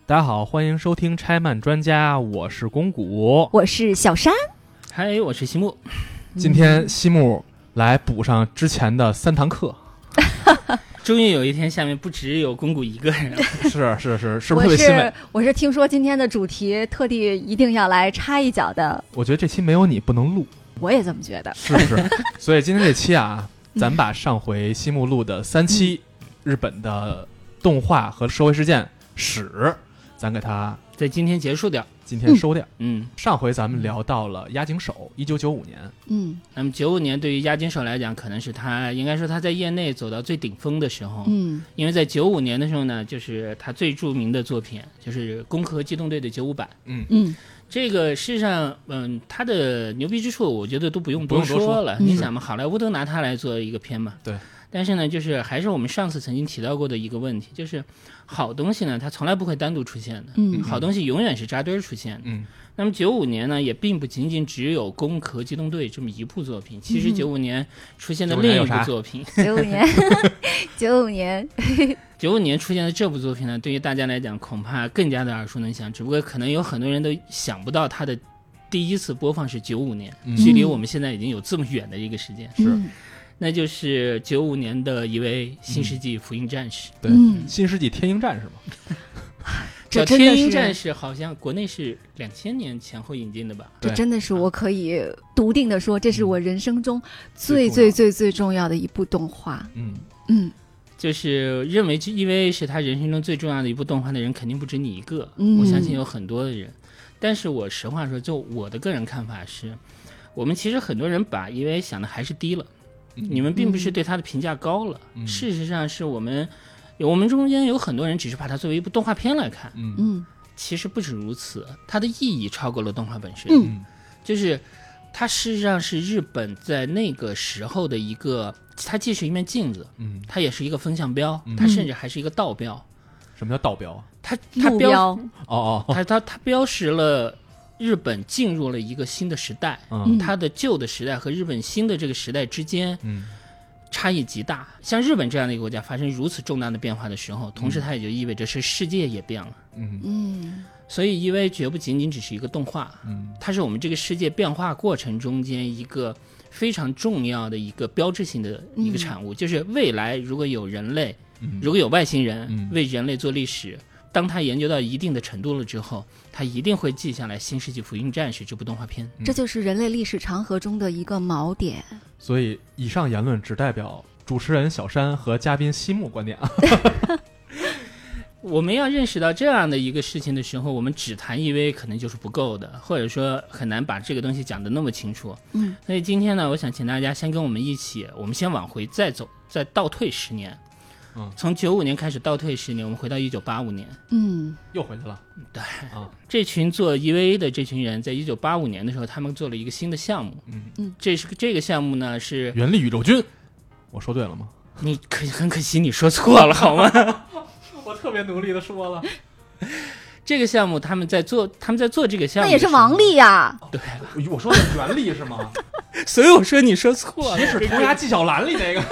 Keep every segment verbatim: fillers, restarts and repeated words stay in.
大家好，欢迎收听拆漫专家，我是公谷， 我是小山， 嗨，我是西木。 今天西木来补上之前的三堂课。 终于有一天下面不只有公谷一个人了。 是是是，是不是特别欣慰？ 我是我是听说今天的主题特地一定要来插一脚的。 我觉得这期没有你不能录。 我也这么觉得。 是不是？所以今天这期啊，咱把上回西木录的三期日本的动画和社会事件史，咱给它在今天结束掉， 今天收掉。 嗯， 上回咱们聊到了押井守，一九九五年。 嗯， 那么九五年对于押井守来讲，可能是他应该说他在业内走到最顶峰的时候。 嗯， 因为在九五年的时候呢，就是他最著名的作品就是《攻壳机动队》的九五版。 嗯嗯， 这个事实上，嗯，他的牛逼之处，我觉得都不用多说了。 不用多说你想嘛，好莱坞都拿他来做一个片嘛。 对。 但是呢，就是还是我们上次曾经提到过的一个问题，就是好东西呢，它从来不会单独出现的。 嗯， 好东西永远是扎堆出现的。 嗯。 那么九五年呢，也并不仅仅只有《攻壳机动队》这么一部作品，其实九五年出现的另一部作品， 九五年，九五年， 九五年出现的这部作品呢，对于大家来讲恐怕更加的耳熟能详，只不过可能有很多人都想不到它的第一次播放是九五年， 嗯、 距离我们现在已经有这么远的一个时间。 是。 嗯， 那就是九五年的一位新世纪福音战士。 对， 嗯、 新世纪天鹰战士嘛。 这天鹰战士好像国内是两千年前后引进的吧？ 这真的是我可以笃定的说，这是我人生中最最最最重要的一部动画。 嗯嗯， 就是认为 E V A 是他人生中最重要的一部动画的人，肯定不止你一个。 嗯， 我相信有很多的人。但是我实话说，就我的个人看法是，我们其实很多人把 E V A 想的还是低了。你们并不是对它的评价高了， 嗯、 事实上是我们我们中间有很多人只是把它作为一部动画片来看， 嗯嗯， 其实不止如此，它的意义超过了动画本身， 嗯， 就是它事实上是日本在那个时候的一个，它既是一面镜子， 嗯， 它也是一个风向标， 嗯、 它甚至还是一个道标。 什么叫道标啊？ 它它标哦哦， 它它它标识了日本进入了一个新的时代， 嗯， 它的旧的时代和日本新的这个时代之间， 嗯， 差异极大。像日本这样的一个国家发生如此重大的变化的时候，同时它也就意味着是世界也变了。 嗯嗯， 所以 E V A 绝不仅仅只是一个动画， 嗯， 它是我们这个世界变化过程中间一个非常重要的一个标志性的一个产物。嗯、就是未来如果有人类， 嗯、 如果有外星人、 嗯、 为人类做历史。当他研究到一定的程度了之后，他一定会记下来《新世纪福音战士》这部动画片。 这就是人类历史长河中的一个锚点。 所以，以上言论只代表主持人小山和嘉宾西木观点啊。 我们要认识到这样的一个事情的时候，我们只谈 E V A 可能就是不够的，或者说很难把这个东西讲得那么清楚。 嗯， 所以今天呢，我想请大家先跟我们一起，我们先往回再走，再倒退十年。 嗯， 从九五年开始倒退十年，我们回到一九八五年。 嗯， 又回去了。 对啊， 这群做 E V A 的这群人，在一九八五年的时候，他们做了一个新的项目。 嗯嗯， 这是这个项目呢是原力宇宙军。我说对了吗？ 你可很可惜，你说错了好吗？ 我特别努力的说了。 这个项目他们在做，他们在做这个项目， 那也是王力呀。 对， 我说的是原力是吗？ 所以我说你说错了， 其实涂鸦纪晓岚里那个。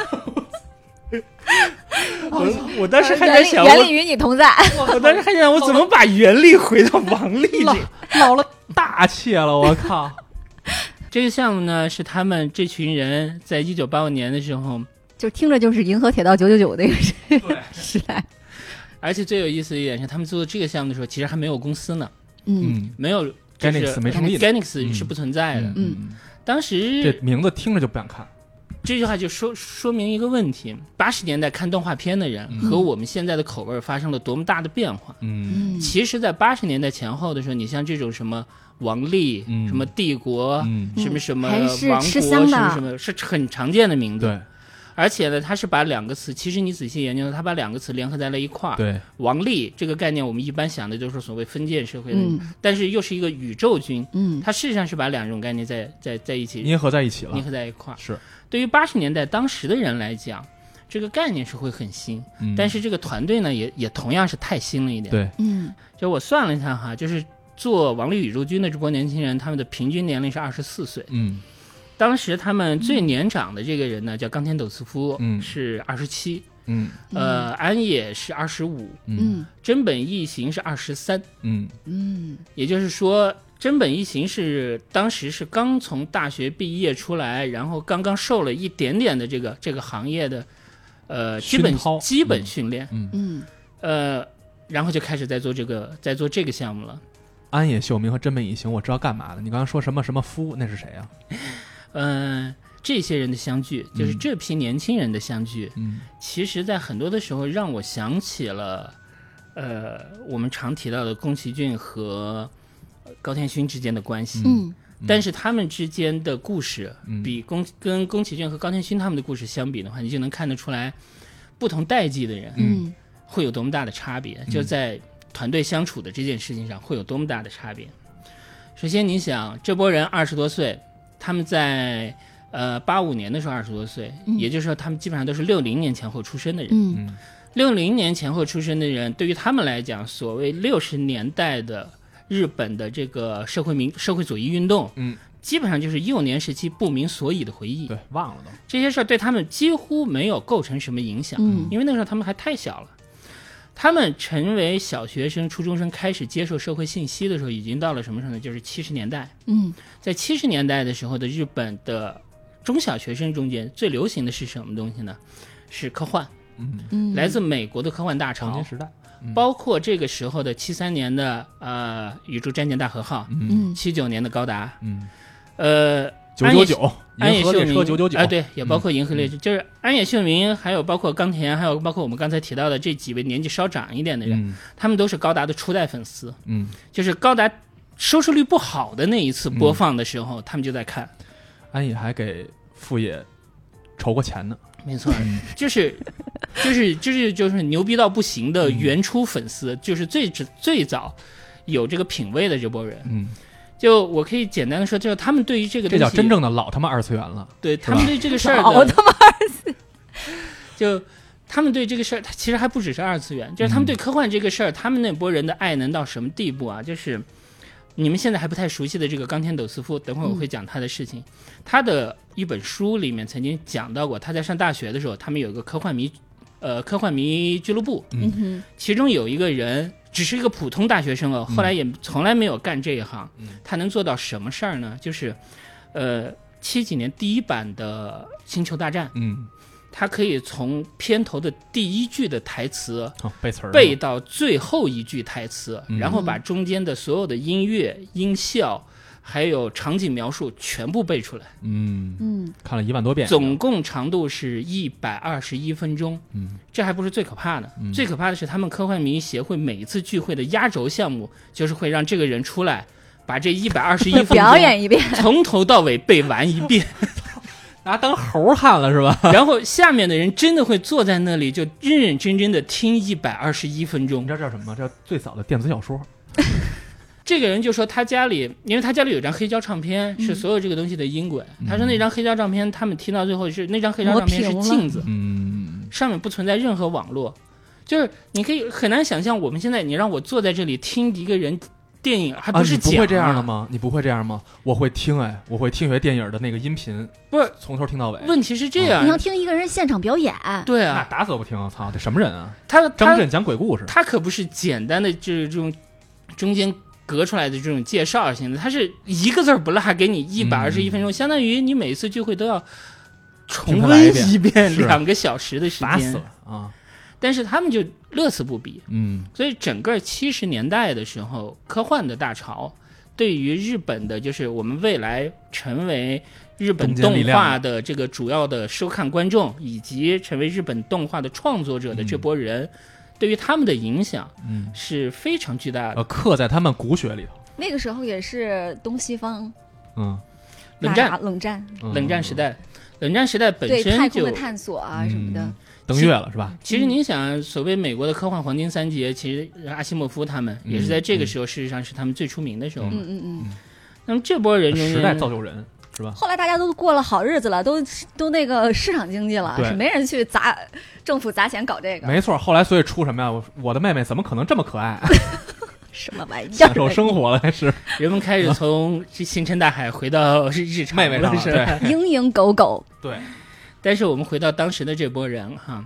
我我当时还在想， 原力与你同在。 我当时还想，我怎么把原力回到王力这老了大气了，我靠！ 这个项目呢，是他们这群人在一九八五年的时候， 就听着就是银河铁道九九九那个时代。 而且最有意思的一点是，他们做这个项目的时候，其实还没有公司呢， 嗯， 没有 Gainax 没成立 ，Gainax 是不存在的， 嗯， 当时这名字听着就不想看。 这句话就说说明一个问题：八十年代看动画片的人和我们现在的口味发生了多么大的变化。 嗯， 其实，在八十年代前后的时候，你像这种什么王力、 嗯、 什么帝国、 嗯、 什么什么王国、什么什么，是很常见的名字。 对， 而且呢，他是把两个词，其实你仔细研究，他把两个词联合在了一块儿。 对， 王力这个概念，我们一般想的就是所谓封建社会的， 嗯、 但是又是一个宇宙军。 嗯， 它事实上是把两种概念在在在一起捏合在一起了， 捏合在一块儿。 是。 对于八十年代当时的人来讲，这个概念是会很新， 嗯、 但是这个团队呢，也也同样是太新了一点。 对， 嗯， 就我算了一下哈，就是做王力宇宙军的这波年轻人，他们的平均年龄是二十四岁。 嗯， 当时他们最年长的这个人呢，叫冈田斗司夫， 嗯， 是二十七。 嗯呃，安野是二十五， 嗯真本义行是二十三， 嗯嗯也就是说，真本义行是当时是刚从大学毕业出来，然后刚刚受了一点点的这个这个行业的呃基本熏陶基本训练， 嗯， 嗯呃，然后就开始在做这个在做这个项目了。 安野秀明和真本义行，我知道干嘛的。你刚刚说什么什么夫，那是谁啊？ 嗯、呃，这些人的相聚，就是这批年轻人的相聚， 嗯其实在很多的时候让我想起了，呃，我们常提到的宫崎骏和高田勋之间的关系。 嗯但是他们之间的故事， 嗯比宫跟宫崎骏和高田勋他们的故事相比的话，你就能看得出来，不同代际的人嗯会有多么大的差别，就在团队相处的这件事情上会有多么大的差别。首先，你想这波人二十多岁，他们在呃八五年的时候二十多岁， 嗯也就是说他们基本上都是六零年前后出生的人。 嗯嗯六零年前后出生的人，对于他们来讲，所谓六十年代的日本的这个社会民社会主义运动， 嗯， 基本上就是幼年时期不明所以的回忆。 对，忘了都。 这些事儿对他们几乎没有构成什么影响， 嗯因为那时候他们还太小了。他们成为小学生、初中生，开始接受社会信息的时候，已经到了什么时候呢？就是七十年代。 嗯在七十年代的时候的日本的中小学生中间，最流行的是什么东西呢？是科幻， 嗯， 嗯， 来自美国的科幻大潮黄金，时代。嗯包括这个时候的七三年的呃宇宙战舰大和号， 嗯嗯七九年的高达， 嗯， 呃， 九九九， 安野秀银河列车明九九九。 啊，对，也包括银河列车，就是安野秀明，还有包括冈田，还有包括我们刚才提到的这几位年纪稍长一点的人， 嗯他们都是高达的初代粉丝。 嗯， 就是高达收视率不好的那一次播放的时候，他们就在看。 安野还给富野筹过钱呢。 没错，就是就是就是就是牛逼到不行的原初粉丝，就是最最早有这个品味的这波人。 嗯， 就我可以简单的说，就是他们对于这个东西， 这叫真正的老他妈二次元了。 对他们对这个事儿老的， 他妈就他们对这个事儿，他其实还不只是二次元，就是他们对科幻这个事儿，他们那波人的爱能到什么地步啊？就是你们现在还不太熟悉的这个冈田斗司夫，等会儿我会讲他的事情。他的一本书里面曾经讲到过，他在上大学的时候，他们有一个科幻迷，呃，科幻迷俱乐部， 嗯哼其中有一个人只是一个普通大学生哦，后来也从来没有干这一行。他能做到什么事儿呢？就是，呃，七几年第一版的《星球大战》， 嗯， 他可以从片头的第一句的台词哦，背词儿了背到最后一句台词， 嗯然后把中间的所有的音乐、音效还有场景描述全部背出来。 嗯， 嗯看了一万多遍。 总共长度是一百二十一分钟。 嗯， 这还不是最可怕的， 嗯最可怕的是他们科幻迷协会每一次聚会的压轴项目，就是会让这个人出来，把这一百二十一分钟表演一遍， 从头到尾背完一遍， 拿当猴看了是吧？ 然后下面的人真的会坐在那里，就认认真真的听一百二十一分你钟知。道这叫什么吗？这叫最早的电子小说。 这个人就说他家里，因为他家里有张黑胶唱片， 嗯是所有这个东西的音轨。他说那张黑胶唱片，他们听到最后是那张黑胶唱片是磨平了镜子， 嗯， 上面不存在任何网络，就是你可以很难想象，我们现在你让我坐在这里听一个人电影，还啊， 不是讲、 你不会这样的？吗？你不会这样吗？我会听，哎，我会听一些电影的那个音频， 不是， 从头听到尾。 问题是这样， 你要听一个人现场表演， 那对啊， 打死我不听！操，这什么人啊？ 他他张震讲鬼故事。 他可不是简单的这这种中间隔出来的这种介绍型的，他是一个字儿不落给你一百二十一分钟、 嗯， 相当于你每次聚会都要重听他来一遍温一遍是两个小时的时间烦死了，啊！ 但是他们就乐此不疲。 嗯所以整个七十年代的时候，科幻的大潮对于日本的，就是我们未来成为日本动画的这个主要的收看观众，以及成为日本动画的创作者的这波人，嗯、对于他们的影响嗯是非常巨大的。 呃，刻在他们骨血里头。 那个时候也是东西方嗯， 冷战打冷战， 嗯冷战时代，冷战时代本对身就太空的探索啊什么的， 嗯登月了是吧？ 其实您想，所谓美国的科幻黄金三杰，其实阿西莫夫他们也是在这个时候，事实上是他们最出名的时候。 嗯嗯嗯。 那么这波人中间， 时代造就人是吧？ 后来大家都过了好日子了，都都那个市场经济了， 对是没人去砸政府砸钱搞这个。 没错，后来所以出什么呀？我我的妹妹怎么可能这么可爱？ 什么玩意儿？ 享受生活了，还是人们开始从星辰大海回到日常妹妹上了？ 是吧？ 对蝇营狗苟。 对， 但是我们回到当时的这波人哈，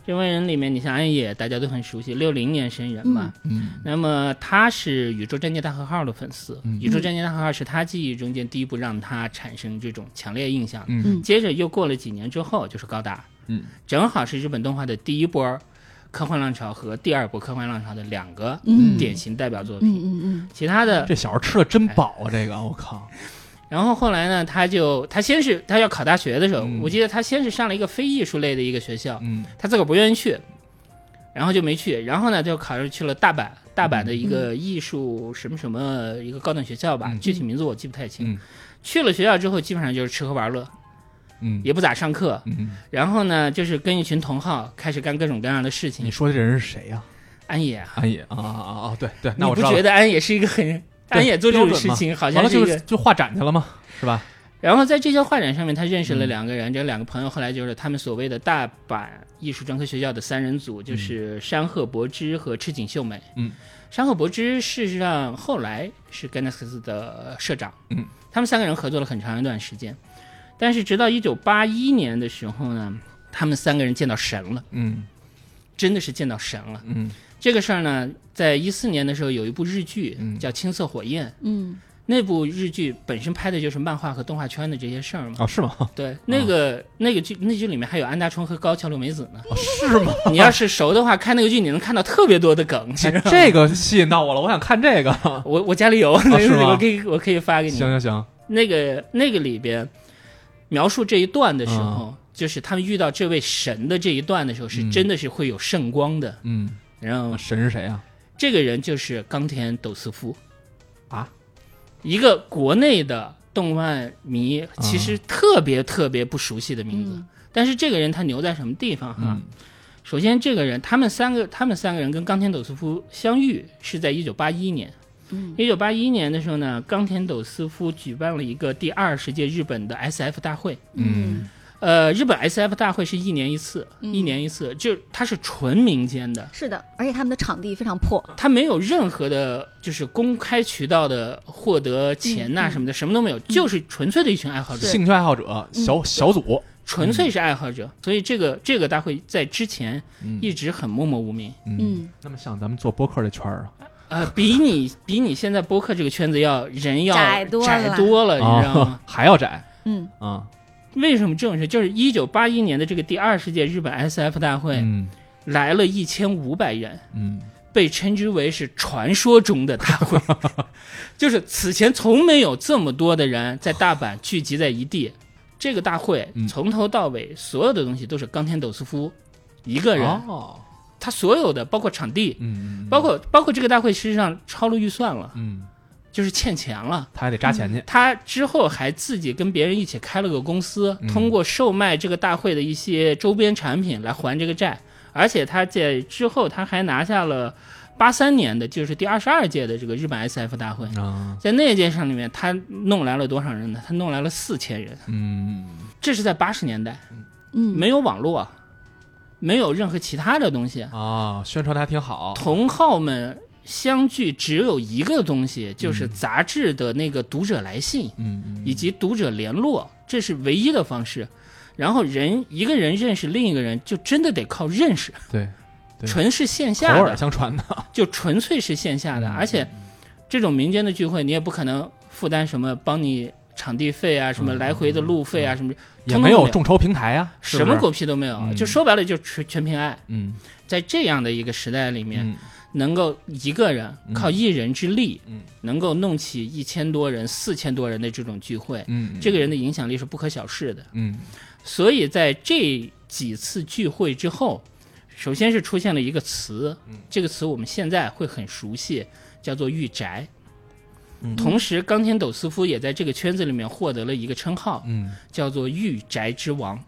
这位人里面，你像安野，大家都很熟悉，六零年生人嘛。 嗯， 那么他是宇宙战舰大和号的粉丝， 嗯、 宇宙战舰大和号是他记忆中间第一部让他产生这种强烈印象的。 嗯， 接着又过了几年之后，就是高达， 嗯， 正好是日本动画的第一波科幻浪潮和第二波科幻浪潮的两个典型代表作品。 嗯嗯嗯， 其他的这小孩吃的真饱啊，这个我靠。 然后后来呢，他就他先是他要考大学的时候、 嗯， 我记得他先是上了一个非艺术类的一个学校， 嗯， 他自个儿不愿意去，然后就没去，然后呢就考上去了大阪，大阪的一个艺术什么什么一个高等学校吧， 嗯、 具体名字我记不太清、 嗯。 去了学校之后，基本上就是吃喝玩乐， 嗯， 也不咋上课， 嗯， 然后呢就是跟一群同好开始干各种各样的事情。 你说的这人是谁呀、 啊？安野啊， 安野啊啊啊啊！对对，那我知道了。你不觉得安野是一个很安野做这种事情好像是一个就, 就画展去了吗？是吧？ 然后在这些画展上面，他认识了两个人，嗯、这两个朋友后来就是他们所谓的大阪艺术专科学校的三人组，就是山贺博之和赤井秀美。 嗯， 山贺博之事实上后来是 Gainax 的社长。 嗯， 他们三个人合作了很长一段时间，但是直到一九八一年的时候呢，他们三个人见到神了。 嗯， 真的是见到神了。 嗯， 这个事儿呢，在一四年的时候有一部日剧、 嗯、 叫《青色火焰》。 嗯。 那部日剧本身拍的就是漫画和动画圈的这些事儿嘛。 哦，是吗？ 对，那个、哦、那个剧，那剧里面还有安达充和高桥留美子呢。 哦，是吗？ 你要是熟的话，看那个剧你能看到特别多的梗。 哎、这个吸引到我了，我想看这个。 我我家里有， 哦、是吗？ 我可以我可以发给你。 行行行。 那个那个里边描述这一段的时候、嗯，就是他们遇到这位神的这一段的时候，是真的是会有圣光的。 嗯。 然后神是谁啊？ 这个人就是冈田斗司夫。 啊。 一个国内的动漫迷其实特别特别不熟悉的名字、嗯、但是这个人他牛在什么地方哈、嗯？首先这个人他们三个他们三个人跟冈田斗司夫相遇是在一九八一年。一九八一年的时候呢，冈田斗司夫举办了一个第二十届日本的 S F 大会。 嗯， 呃，日本 S F 大会是一年一次， 嗯、 一年一次，就它是纯民间的。 是的，而且他们的场地非常破， 它没有任何的，就是公开渠道的获得钱呐、啊、什么的、嗯，什么都没有，就是纯粹的一群爱好者， 兴趣爱好者，小、嗯、小组， 纯粹是爱好者。所以这个这个大会在之前一直很默默无名。 嗯，嗯那么像咱们做播客这圈儿啊。 呃，比你比你现在播客这个圈子要人要窄多了， 窄多了，你知道吗？ 还要窄。 嗯啊， 为什么这种事？就是一九八一年的这个第二十届日本 S F 大会， 嗯， 来了一千五百人， 嗯， 被称之为是传说中的大会，就是此前从没有这么多的人在大阪聚集在一地。这个大会从头到尾、嗯、所有的东西都是冈田斗司夫一个人。 哦。 他所有的包括场地， 嗯， 包括包括这个大会实际上超了预算了， 嗯， 就是欠钱了， 他还得扎钱去、嗯。 他之后还自己跟别人一起开了个公司、嗯，通过售卖这个大会的一些周边产品来还这个债，而且他在之后他还拿下了八三年的就是第二十二届的这个日本 S F 大会， 啊、 在那届上里面他弄来了多少人呢？他弄来了四千人， 嗯， 这是在八十年代， 嗯， 没有网络啊。没有任何其他的东西啊，宣传的还挺好。 同好们相聚只有一个东西，就是杂志的那个读者来信， 嗯， 以及读者联络，这是唯一的方式。然后人一个人认识另一个人，就真的得靠认识， 对，对纯是线下的， 口耳相传的， 就纯粹是线下的。嗯、而且这种民间的聚会，你也不可能负担什么帮你场地费啊，什么来回的路费啊， 嗯、 什么。 也没有众筹平台啊，是是什么狗屁都没有、嗯、就说白了就全全凭爱。 嗯， 在这样的一个时代里面、 嗯、 能够一个人靠一人之力、 嗯、 能够弄起一千多人四千多人的这种聚会、 嗯、 这个人的影响力是不可小视的。 嗯， 所以在这几次聚会之后，首先是出现了一个词、 嗯、 这个词我们现在会很熟悉，叫做御宅。 嗯、 同时冈田斗司夫也在这个圈子里面获得了一个称号、 嗯、 叫做御宅之王。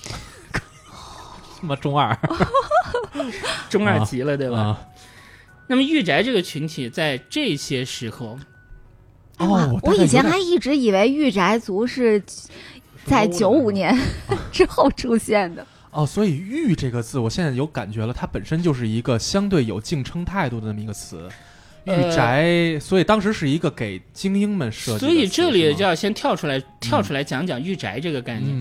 他妈中二中二极了、啊、对吧、 啊、 那么御宅这个群体在这些时候哦， 我以前还一直以为御宅族是在九五年之后出现的。 哦，所以御这个字我现在有感觉了，它本身就是一个相对有敬称态度的那么一个词，御宅、呃，所以当时是一个给精英们设计的。 所以这里就要先跳出来，跳出来讲讲御宅这个概念。 嗯，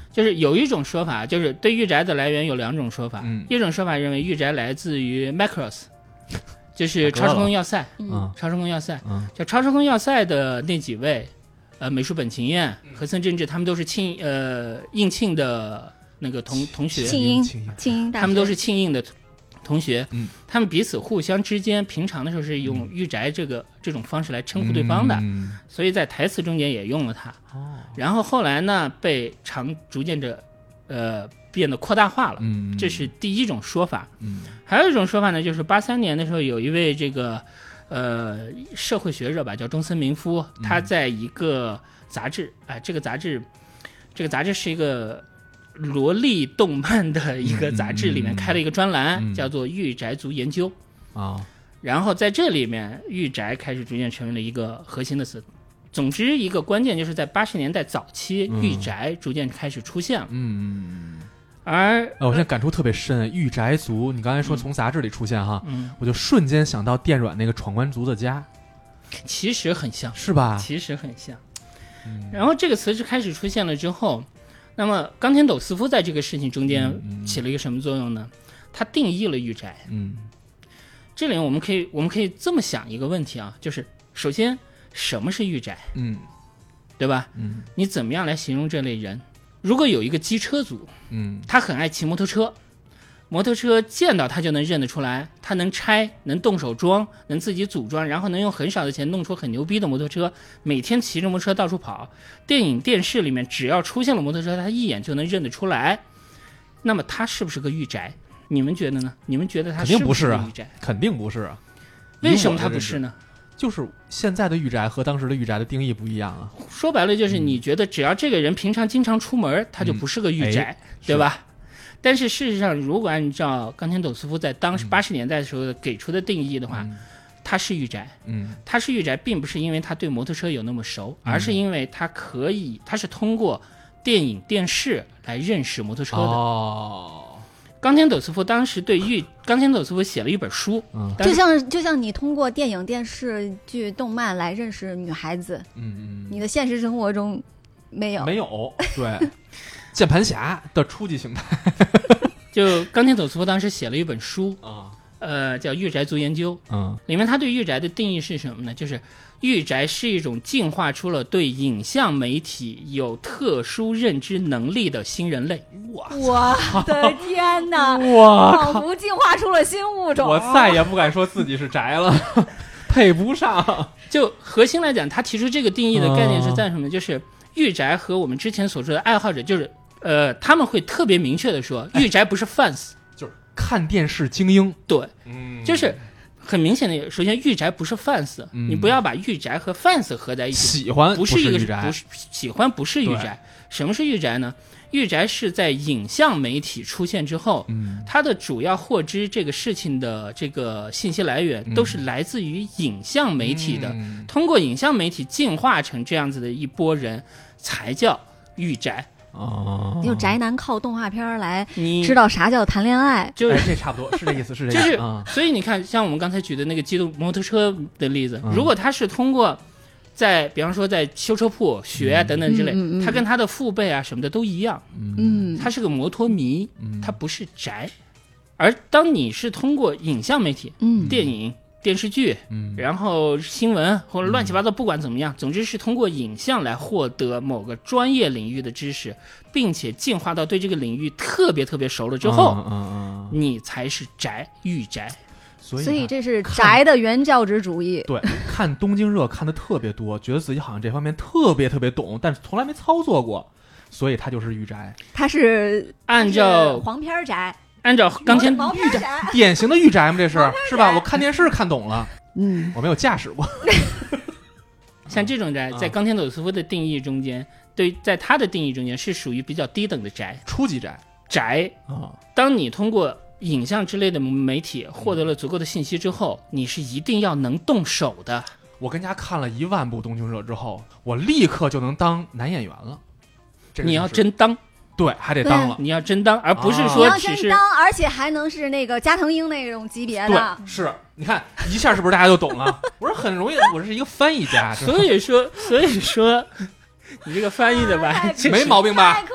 就是有一种说法，就是对御宅的来源有两种说法， 嗯、 一种说法认为御宅来自于 Macross， 就是超时空要塞， 嗯， 超时空要塞， 嗯， 就超时空要塞的那几位，呃，美术本晴彦、和森正治，他们都是庆呃应庆的那个同同学， 庆应庆应大学， 他们都是庆应的同学， 嗯， 他们彼此互相之间平常的时候是用御宅这个、嗯、这种方式来称呼对方的， 嗯、 所以在台词中间也用了它。 哦， 然后后来呢，被常逐渐着，呃，变得扩大化了。 嗯， 这是第一种说法。 嗯， 还有一种说法呢，就是八三年的时候，有一位这个呃社会学者吧，叫中森明夫，他在一个杂志，啊、呃，这个杂志，这个杂志是一个萝莉动漫的一个杂志，里面开了一个专栏， 嗯、 叫做《御宅族研究》 啊。 然后在这里面，御宅开始逐渐成为了一个核心的词。总之，一个关键就是在八十年代早期， 嗯、 御宅逐渐开始出现了。 嗯， 而、 呃、我现在感触特别深，御宅族，你刚才说从杂志里出现哈， 嗯， 我就瞬间想到电软那个闯关族的家， 其实很像， 是吧？ 其实很像。 嗯、 然后这个词是开始出现了之后，那么冈田斗司夫在这个事情中间起了一个什么作用呢？嗯、他定义了御宅。 嗯， 这里我们可以我们可以这么想一个问题啊，就是首先。什么是御宅？ 嗯， 对吧？ 嗯， 你怎么样来形容这类人？如果有一个机车族， 嗯， 他很爱骑摩托车，摩托车见到他就能认得出来，他能拆，能动手装，能自己组装，然后能用很少的钱弄出很牛逼的摩托车，每天骑着摩托车到处跑。电影电视里面只要出现了摩托车，他一眼就能认得出来。那么他是不是个御宅？你们觉得呢？你们觉得他是不是个御宅？ 肯定不是啊！ 为什么他不是呢？ 就是现在的御宅和当时的御宅的定义不一样啊。 说白了就是你觉得只要这个人平常经常出门，他就不是个御宅， 嗯、 对吧？但是事实上，如果按照冈田斗司夫在当时八十年代的时候给出的定义的话，嗯、他是御宅。 嗯， 他是御宅，并不是因为他对摩托车有那么熟，嗯、而是因为他可以，他是通过电影电视来认识摩托车的。 哦。 冈田斗司夫当时对御冈田斗司夫写了一本书， 嗯， 就像就像你通过电影、电视剧、动漫来认识女孩子， 嗯嗯， 你的现实生活中没有没有，对，键盘侠的初级形态。 就冈田斗司夫当时写了一本书啊， 呃，叫《御宅族研究》， 嗯， 里面他对御宅的定义是什么呢？就是御宅是一种进化出了对影像媒体有特殊认知能力的新人类。 我的天哪！ 哇， 仿佛进化出了新物种。 我再也不敢说自己是宅了，配不上。 就核心来讲，他提出这个定义的概念是在什么？嗯、就是御宅和我们之前所说的爱好者，就是呃，他们会特别明确的说，御宅不是 fans，、 哎、就是看电视精英。 对， 嗯， 就是很明显的，首先御宅不是 fans，、嗯、你不要把御宅和 fans 合在一起。 喜欢不是一个御宅， 不是喜欢不是御宅。什么是御宅呢？御宅是在影像媒体出现之后， 嗯， 它的主要获知这个事情的这个信息来源都是来自于影像媒体的， 嗯、 通过影像媒体进化成这样子的一波人，才叫御宅。 哦， 就宅男靠动画片来你知道啥叫谈恋爱， 就、 哎、这差不多是这意思，是这意思。 就是、 嗯， 所以你看，像我们刚才举的那个机动摩托车的例子， 嗯、 如果他是通过在比方说在修车铺学啊等等之类， 嗯嗯嗯、 他跟他的父辈啊什么的都一样， 嗯， 他是个摩托迷， 嗯、 他不是宅。而当你是通过影像媒体， 嗯， 电影、电视剧， 嗯， 然后新闻或者乱七八糟，不管怎么样，嗯、总之是通过影像来获得某个专业领域的知识，并且进化到对这个领域特别特别熟了之后， 嗯嗯嗯、 你才是宅，御宅。 所以， 所以这是宅的原教旨主义。 对，看东京热看的特别多，觉得自己好像这方面特别特别懂，但是从来没操作过，所以他就是御宅。 他是按照黄片宅， 按照刚才毛片宅， 典型的御宅吗？这是是吧？我看电视看懂了， 嗯， 我没有驾驶过。 像这种宅，在冈田斗司夫的定义中间，对，在他的定义中间是属于比较低等的宅， 初级宅。 宅啊， 当你通过影像之类的媒体获得了足够的信息之后，你是一定要能动手的。 我跟家看了一万部东京热之后，我立刻就能当男演员了。这个、 你要真当， 对，还得当了。 你要真当，而不是你说只是、 要真当，而且还能是那个加藤鹰那种级别的。 对，是你看一下是不是大家就懂了？我说很容易，我是一个翻译家。 所以说，所以说。你这个翻译的吧， 没毛病吧？ 太可耻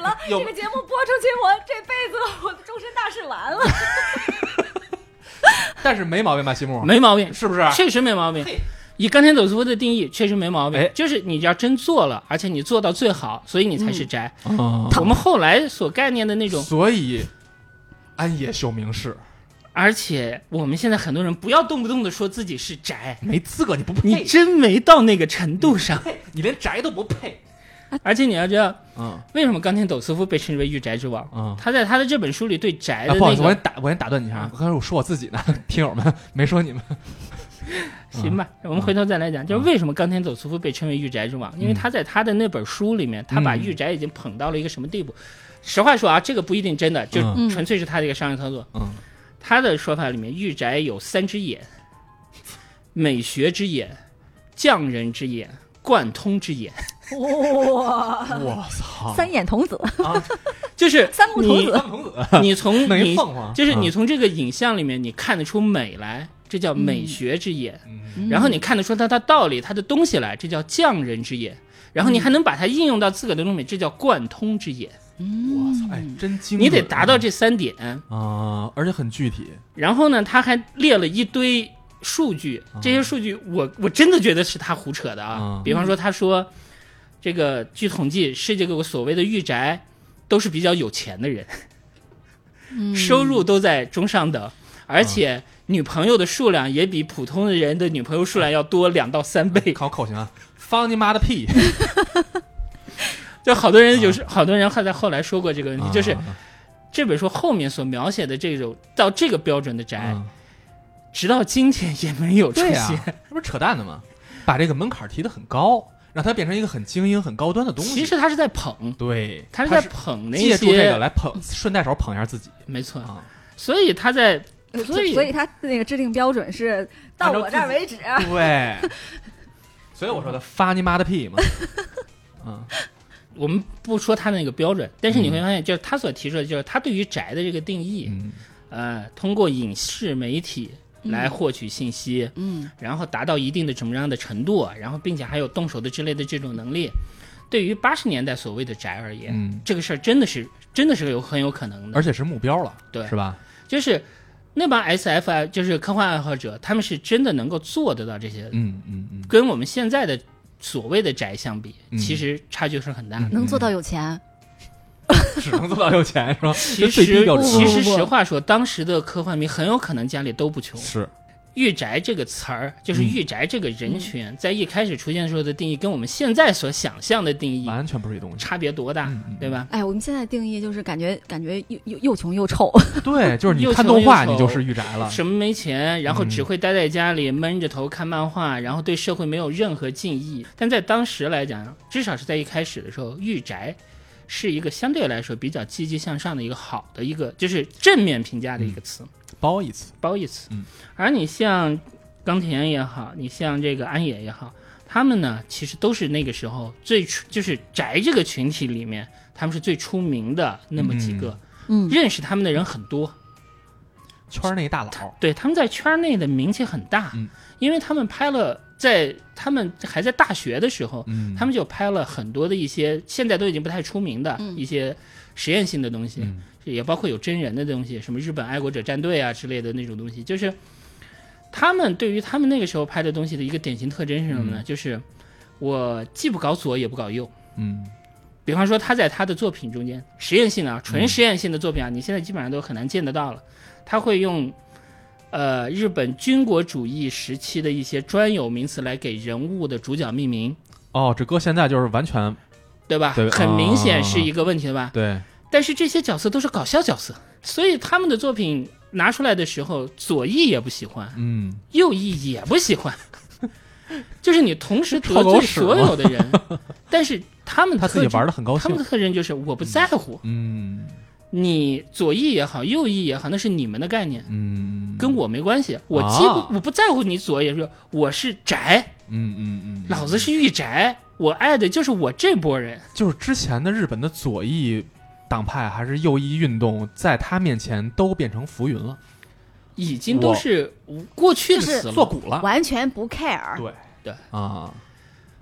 了？ 有这个节目播出去，我这辈子我的终身大事完了。 但是没毛病吧，西木？ 没毛病， 是不是？ 确实没毛病。以冈田斗司夫的定义，确实没毛病。 哎， 就是你要真做了，而且你做到最好，所以你才是宅。 嗯哦、 我们后来所概念的那种， 所以安野秀明是。 而且我们现在很多人不要动不动的说自己是宅， 没资格，你不配， 你真没到那个程度上， 你, 你连宅都不配。 而且你要知道， 嗯， 为什么冈田斗司夫被称之为御宅之王？ 嗯， 他在他的这本书里对宅的、那个啊、不好意思，我先打，我先打断你一下，刚才我说我自己呢，听友们没说你们。 行吧，我们回头再来讲，嗯、就是为什么冈田斗司夫被称为御宅之王？嗯、因为他在他的那本书里面，他把御宅已经捧到了一个什么地步？嗯、实话说啊，这个不一定真的，就纯粹是他的一个商业操作。 嗯， 他的说法里面，御宅有三只眼：美学之眼、匠人之眼、贯通之眼。 哇！ 我操！ 三眼童子啊，就是三木童子。 你从你凤就是你从这个影像里面，你看得出美来，这叫美学之眼。嗯、然后你看得出它的道理、它的东西来，这叫匠人之眼。然后你还能把它应用到自个的东西，这叫贯通之眼。 我操！哎，真精！ 你得达到这三点啊、呃，而且很具体。 然后呢，他还列了一堆数据，这些数据我我真的觉得是他胡扯的啊。 嗯、 比方说，他说。这个据统计，是这个所谓的御宅，都是比较有钱的人，嗯、收入都在中上等，而且女朋友的数量也比普通的人的女朋友数量要多两到三倍。 考口型啊，放你妈的屁！ 就好多人就是、啊、好多人还在后来说过这个问题， 啊、 就是这本书后面所描写的这种到这个标准的宅， 啊、 直到今天也没有出现， 啊、这不是扯淡的吗？把这个门槛提得很高。让它变成一个很精英、很高端的东西。 其实他是在捧， 对， 他是在捧那些， 借助这个来捧，顺带手捧一下自己。 没错， 啊、 所以他在，所以所以他那个制定标准是到我这儿为止。 对，所以我说的发你妈的屁嘛。嗯， 我们不说他那个标准，但是你会发现，就是他所提出的，就是他对于宅的这个定义， 嗯、 呃，通过影视媒体。来获取信息， 嗯， 然后达到一定的什么样的程度，然后并且还有动手的之类的这种能力，对于八十年代所谓的宅而言， 嗯， 这个事儿真的是真的是有很有可能的， 而且是目标了， 对， 是吧？ 就是那帮 S F 啊，就是科幻爱好者，他们是真的能够做得到这些， 嗯嗯嗯， 跟我们现在的所谓的宅相比， 嗯、 其实差距是很大的， 嗯、能做到有钱。 只能做到有钱是吧？ 其实其实实话说，当时的科幻迷很有可能家里都不穷。 是， 御宅这个词儿，就是御宅这个人群，嗯、在一开始出现的时候的定义，跟我们现在所想象的定义完全不是一东西， 差别多大， 嗯、 对吧？ 哎，我们现在定义就是感觉感觉又又又穷又臭。 对，就是你看动画，你就是御宅了。 什么没钱，然后只会待在家里闷着头看漫画，然后对社会没有任何敬意。但在当时来讲，至少是在一开始的时候，御宅是一个相对来说比较积极向上的一个好的一个，就是正面评价的一个词， 嗯、褒义词， 褒义词。 嗯， 而你像冈田也好，你像这个安野也好，他们呢其实都是那个时候最就是宅这个群体里面，他们是最出名的那么几个， 嗯， 认识他们的人很多， 圈内大佬， 对，他们在圈内的名气很大， 嗯， 因为他们拍了。在他们还在大学的时候， 嗯， 他们就拍了很多的一些现在都已经不太出名的一些实验性的东西， 嗯、 也包括有真人的东西，什么日本爱国者战队啊之类的那种东西。就是他们对于他们那个时候拍的东西的一个典型特征是什么呢？ 嗯、 就是我既不搞左也不搞右。 嗯， 比方说他在他的作品中间，实验性啊，纯实验性的作品啊，嗯、你现在基本上都很难见得到了。他会用。呃，日本军国主义时期的一些专有名词来给人物的主角命名。 哦，这搁现在就是完全， 对吧？ 对， 很明显是一个问题了吧？ 对。 但是这些角色都是搞笑角色，所以他们的作品拿出来的时候，左翼也不喜欢， 嗯， 右翼也不喜欢，就是你同时得罪所有的人，但是他们他自己玩的很高兴， 他们的特征就是我不在乎， 嗯。 你左翼也好，右翼也好，那是你们的概念， 嗯， 跟我没关系。我既不、啊、我不在乎你左也是，我是宅， 嗯嗯嗯， 老子是御宅，我爱的就是我这波人。 就是之前的日本的左翼党派还是右翼运动，在他面前都变成浮云了， 已经都是过去的词了， 做古了， 完全不 care。 对对啊。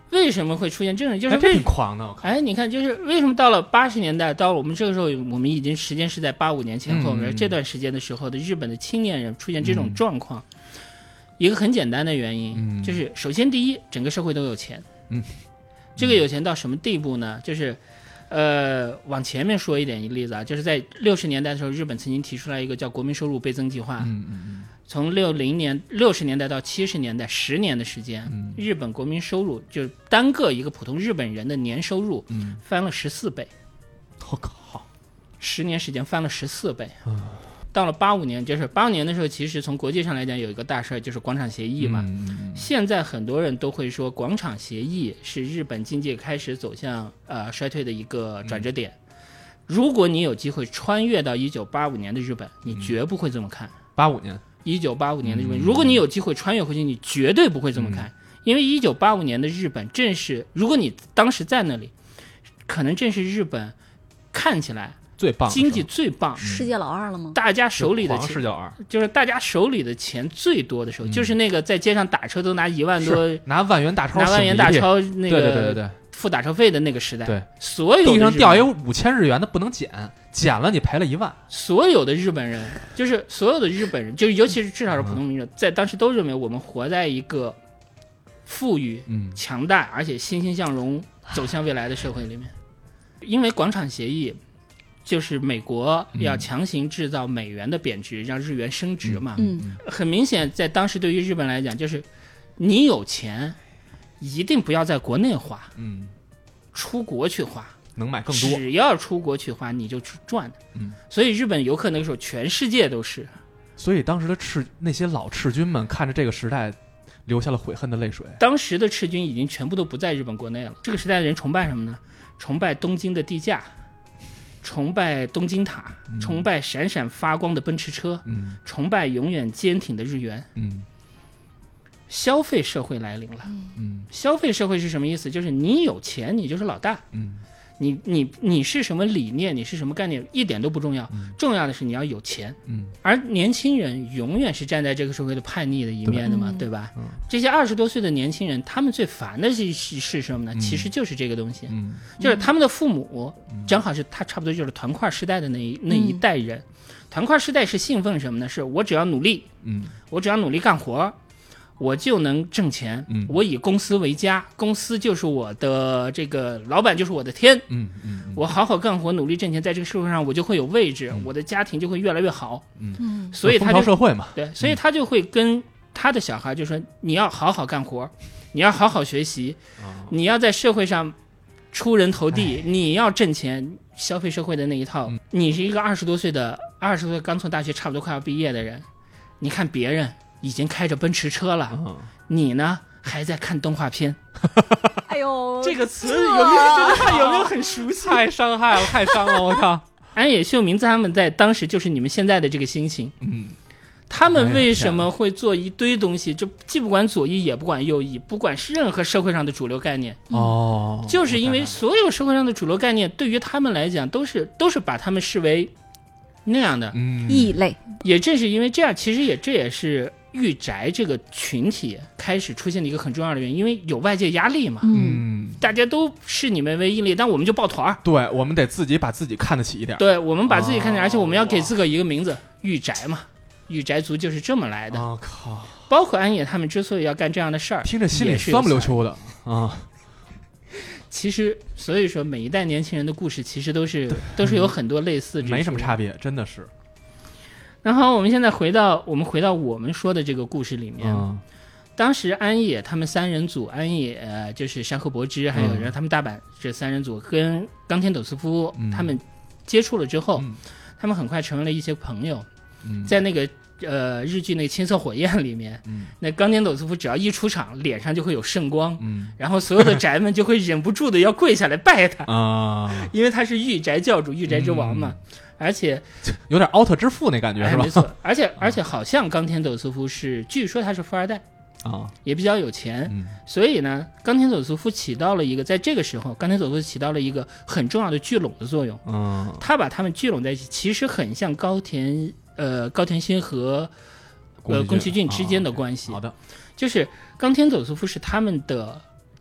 为什么会出现这种？就是哎这为挺狂的，我看哎，你看，就是为什么到了八十年代，到了我们这个时候，我们已经时间是在八五年前后， 嗯而这段时间的时候的日本的青年人出现这种状况，一个很简单的原因， 嗯就是首先第一，整个社会都有钱， 嗯， 这个有钱到什么地步呢？就是呃，往前面说一点一个例子啊，就是在六十年代的时候，日本曾经提出来一个叫国民收入倍增计划， 嗯嗯从六零年六十年代到七十年代十年的时间， 嗯日本国民收入就是单个一个普通日本人的年收入嗯， 翻了十四倍， 我靠， 十年时间翻了十四倍。 嗯到了八五年，就是八五年的时候，其实从国际上来讲有一个大事儿，就是广场协议嘛。 嗯嗯现在很多人都会说，广场协议是日本经济开始走向呃衰退的一个转折点。如果你有机会穿越到一九八五年的日本，你绝不会这么看。 八五年， 一九八五年的日本， 嗯如果你有机会穿越回去，你绝对不会这么看，因为一九八五年的日本正是，如果你当时在那里，可能正是日本看起来最棒的时候， 经济最棒， 世界老二了吗？ 大家手里的钱黄世教二， 就是大家手里的钱最多的时候， 嗯就是那个在街上打车都拿一万多， 是拿万元大钞， 拿万元大，钞那对对对对个对， 付打车费的那个时代， 对， 所有的地上日本掉一五千日元的不能捡，捡了你赔了一万。 所有的日本人，就是所有的日本人，就是尤其是至少是普通民众，在当时都认为我们活在一个富裕、 嗯强大而且欣欣向荣、走向未来的社会里面。因为广场协议，就是美国要强行制造美元的贬值，让日元升值嘛。 嗯很明显，在当时对于日本来讲，就是你有钱，一定不要在国内花， 嗯， 出国去花。 能买更多。 只要出国去花，你就去赚。 嗯， 所以日本游客那个时候，全世界都是。 所以当时的赤那些老赤军们看着这个时代，流下了悔恨的泪水。 当时的赤军已经全部都不在日本国内了。这个时代的人崇拜什么呢？崇拜东京的地价，崇拜东京塔， 嗯崇拜闪闪发光的奔驰车， 嗯崇拜永远坚挺的日元。 嗯消费社会来临了。 嗯消费社会是什么意思？就是你有钱，你就是老大。 嗯你你你是什么理念，你是什么概念，一点都不重要， 嗯重要的是你要有钱。 嗯而年轻人永远是站在这个社会的叛逆的一面的嘛， 对对吧？ 嗯这些二十多岁的年轻人，他们最烦的是是是什么呢？ 嗯其实就是这个东西， 嗯就是他们的父母嗯正好是他差不多就是团块时代的那一那一代人。团块时代是兴奋什么呢？是我只要努力， 嗯我只要努力干活，我就能挣钱。 嗯我以公司为家，公司就是我的这个老板，就是我的天。 嗯嗯我好好干活，努力挣钱，在这个社会上我就会有位置， 嗯我的家庭就会越来越好。 嗯风潮所以他就社会嘛。 对，所以他就会跟他的小孩就说：“你要好好干活，你要好好学习， 啊你要在社会上出人头地，你要挣钱。”消费社会的那一套， 嗯你是一个二十多岁的，二十岁刚从大学差不多快要毕业的人，你看别人已经开着奔驰车了， 嗯你呢还在看动画片。 哎呦， 这个词有没有觉得他有没有很熟悉？ 太伤害了，太伤了，我靠。 安野秀明他们在当时就是你们现在的这个心情。 嗯他们为什么会做一堆东西？就既不管左翼也不管右翼，不管是任何社会上的主流概念， 哦， 就是因为所有社会上的主流概念对于他们来讲都是都是把他们视为那样的。 嗯异类。 也正是因为这样，其实也这也是御宅这个群体开始出现的一个很重要的原因，因为有外界压力嘛， 嗯， 嗯， 大家都视你们为异类，但我们就抱团儿。 对，我们得自己把自己看得起一点。 对，我们把自己看见， 哦而且我们要给自个儿一个名字，御宅嘛，御宅族就是这么来的。 我靠， 包括安野他们之所以要干这样的事儿， 听着心里也是有酸不溜才秋的啊。 其实，所以说每一代年轻人的故事其实都是都是有很多类似之处， 没什么差别，真的是。 然后我们现在回到我们回到我们说的这个故事里面， 嗯当时安野他们三人组，安野、呃、就是山河博之，还有嗯然后他们大阪这三人组跟冈田斗司夫、 嗯他们接触了之后， 嗯他们很快成为了一些朋友， 嗯在那个呃日剧那个青色火焰里面， 嗯那冈田斗司夫只要一出场，脸上就会有圣光。 嗯然后所有的宅们就会忍不住的要跪下来拜他， 啊， 因为他是御宅教主、御宅之王嘛。而且有点奥特之父那感觉是吧哎没？错，而且而且好像冈田斗司夫是，据说他是富二代， 啊， 也比较有钱， 嗯所以呢，冈田斗司夫起到了一个在这个时候，冈田斗司夫起到了一个很重要的聚拢的作用。 嗯他把他们聚拢在一起，其实很像高田呃高田勋和呃宫崎骏之间的关系。 好的， 就是冈田斗司夫是他们的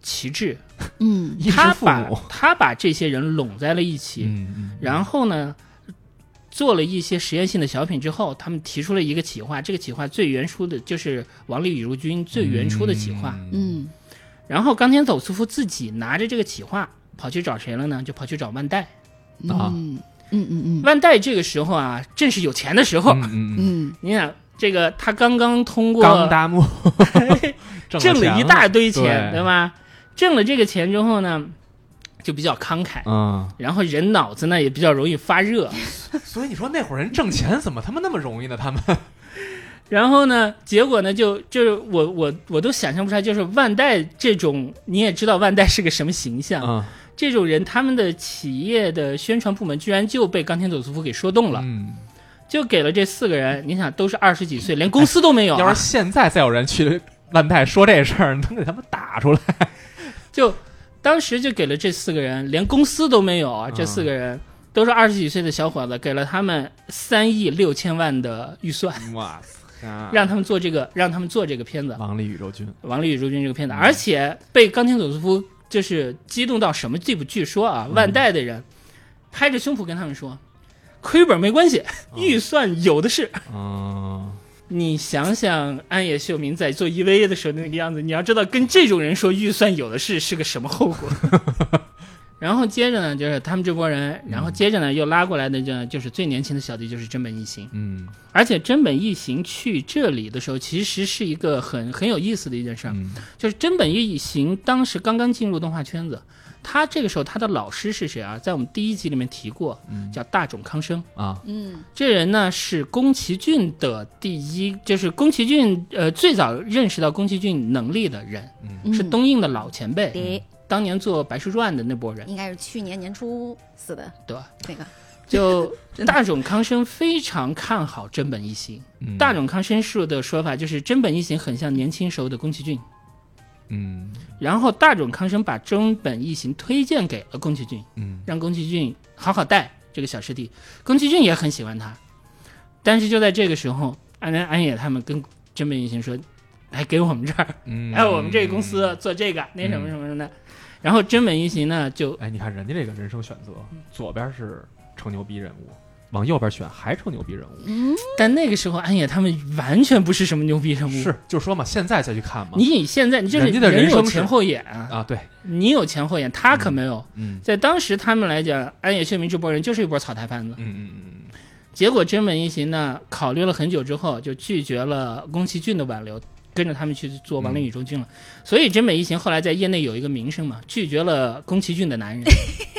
旗帜， 嗯衣食他把父母， 他把这些人拢在了一起， 嗯嗯， 然后呢，做了一些实验性的小品之后，他们提出了一个企划，这个企划最原初的就是王力宇如君最原初的企划。 嗯然后冈田斗司夫自己拿着这个企划跑去找谁了呢？就跑去找万代。 啊嗯嗯嗯嗯万代这个时候啊，正是有钱的时候。 嗯嗯嗯， 嗯你想，这个他刚刚通过刚大木挣了一大堆钱， 对对吧？挣了这个钱之后呢，就比较慷慨， 嗯， 然后人脑子呢也比较容易发热。 所以你说那会儿人挣钱怎么他妈那么容易呢？他们然后呢，结果呢，就就是我我我都想象不出来，就是万代这种，你也知道万代是个什么形象， 嗯这种人他们的企业的宣传部门居然就被冈田斗司夫给说动了， 嗯， 就给了这四个人，你想都是二十几岁，连公司都没有、啊， 要是现在再有人去万代说这事儿，能给他们打出来。 就当时就给了这四个人，连公司都没有啊，这四个人。都是二十几岁的小伙子，给了他们三亿六千万的预算， 哇塞！ 让他们做这个，让他们做这个片子《 王力宇宙军， 王力宇宙军》这个片子，而且被冈田斗司夫就是激动到什么地步？据说啊，万代的人拍着胸脯跟他们说，亏本没关系，预算有的是。 嗯， 你想想安野秀明在做 E V A 的时候那个样子，你要知道跟这种人说预算有的是是个什么后果。然后接着呢，就是他们这波人，然后接着呢又拉过来的，这就是最年轻的小弟，就是真本一行。 嗯， 而且真本一行去这里的时候，其实是一个很很有意思的一件事儿， 嗯就是真本一行当时刚刚进入动画圈子，他这个时候他的老师是谁啊？在我们第一集里面提过，叫大冢康生啊。 嗯， 这人呢是宫崎骏的第一，就是宫崎骏呃最早认识到宫崎骏能力的人， 嗯是东映的老前辈。 对， 当年做《白书传》的那波人， 应该是去年年初死的， 对， 那个就大冢康生非常看好真本一行。 嗯大冢康生说的说法就是真本一行很像年轻时候的宫崎骏， 嗯然后大冢康生把真本一行推荐给了宫崎骏， 嗯让宫崎骏好好带这个小师弟。宫崎骏也很喜欢他，但是就在这个时候，安安野他们跟真本一行说，来给我们这儿， 嗯， 哎，我们这个公司做这个那什么什么什么的。然后真本一行呢，就哎，你看人家这个人生选择，左边是成牛逼人物，往右边选还成牛逼人物。 嗯， 但那个时候安野他们完全不是什么牛逼人物。 是，就说嘛，现在再去看嘛， 你以现在你就是人家的人生是有前后眼啊， 啊，对， 你有前后眼，他可没有。 嗯在当时他们来讲，安野秀明这波人就是一波草台班子。 嗯嗯嗯结果真本一行呢，考虑了很久之后，就拒绝了宫崎骏的挽留，跟着他们去做亡灵宇宙军了。所以真本一行后来在业内有一个名声嘛，拒绝了宫崎骏的男人。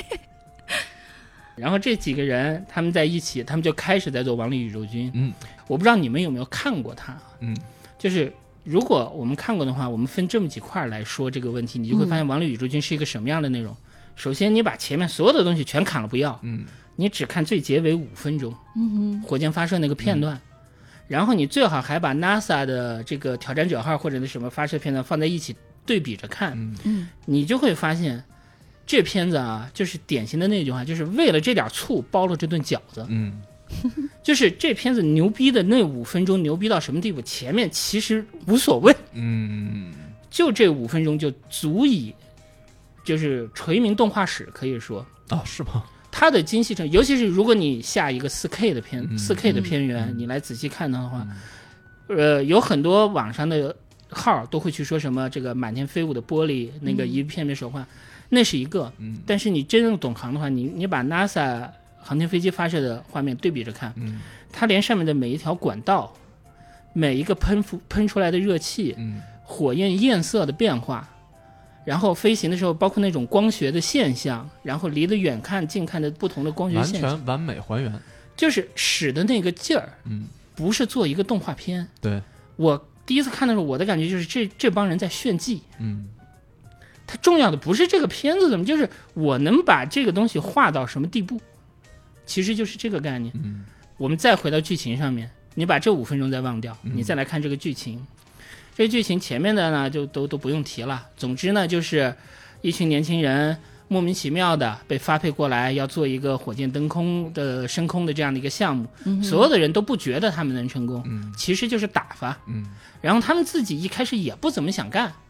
然后这几个人他们在一起，他们就开始在做亡灵宇宙军。 嗯我不知道你们有没有看过他， 嗯就是如果我们看过的话，我们分这么几块来说这个问题，你就会发现亡灵宇宙军是一个什么样的内容。首先，你把前面所有的东西全砍了不要， 嗯你只看最结尾五分钟， 嗯火箭发射那个片段，然后你最好还把 NASA 的这个挑战者号或者那什么发射片段放在一起对比着看， 嗯嗯你就会发现这片子啊，就是典型的那句话，就是为了这点醋包了这顿饺子。 嗯就是这片子牛逼的那五分钟牛逼到什么地步，前面其实无所谓， 嗯就这五分钟就足以就是垂名动画史，可以说啊，是吗？ 它的精细程度，尤其是如果你下一个 四 K 的片、 嗯四 K 的片源、你来仔细看的话，呃，有很多网上的号都会去说什么这个满天飞舞的玻璃，那个一片片手画，那是一个。 嗯但是你真正懂行的话，你你把 NASA 航天飞机发射的画面对比着看， 嗯它连上面的每一条管道，每一个喷出喷出来的热气， 嗯火焰焰色的变化，然后飞行的时候包括那种光学的现象，然后离得远看近看的不同的光学完现象， 全完美还原。 就是使的那个劲儿， 嗯， 不是做一个动画片。 对， 我第一次看的时候，我的感觉就是这这帮人在炫技。 嗯它重要的不是这个片子怎么，就是我能把这个东西画到什么地步，其实就是这个概念。 嗯我们再回到剧情上面，你把这五分钟再忘掉， 嗯你再来看这个剧情。这个剧情前面的呢，就都都不用提了。总之呢，就是一群年轻人莫名其妙的被发配过来，要做一个火箭登空的升空的这样的一个项目。 嗯所有的人都不觉得他们能成功， 嗯其实就是打发。 嗯然后他们自己一开始也不怎么想干，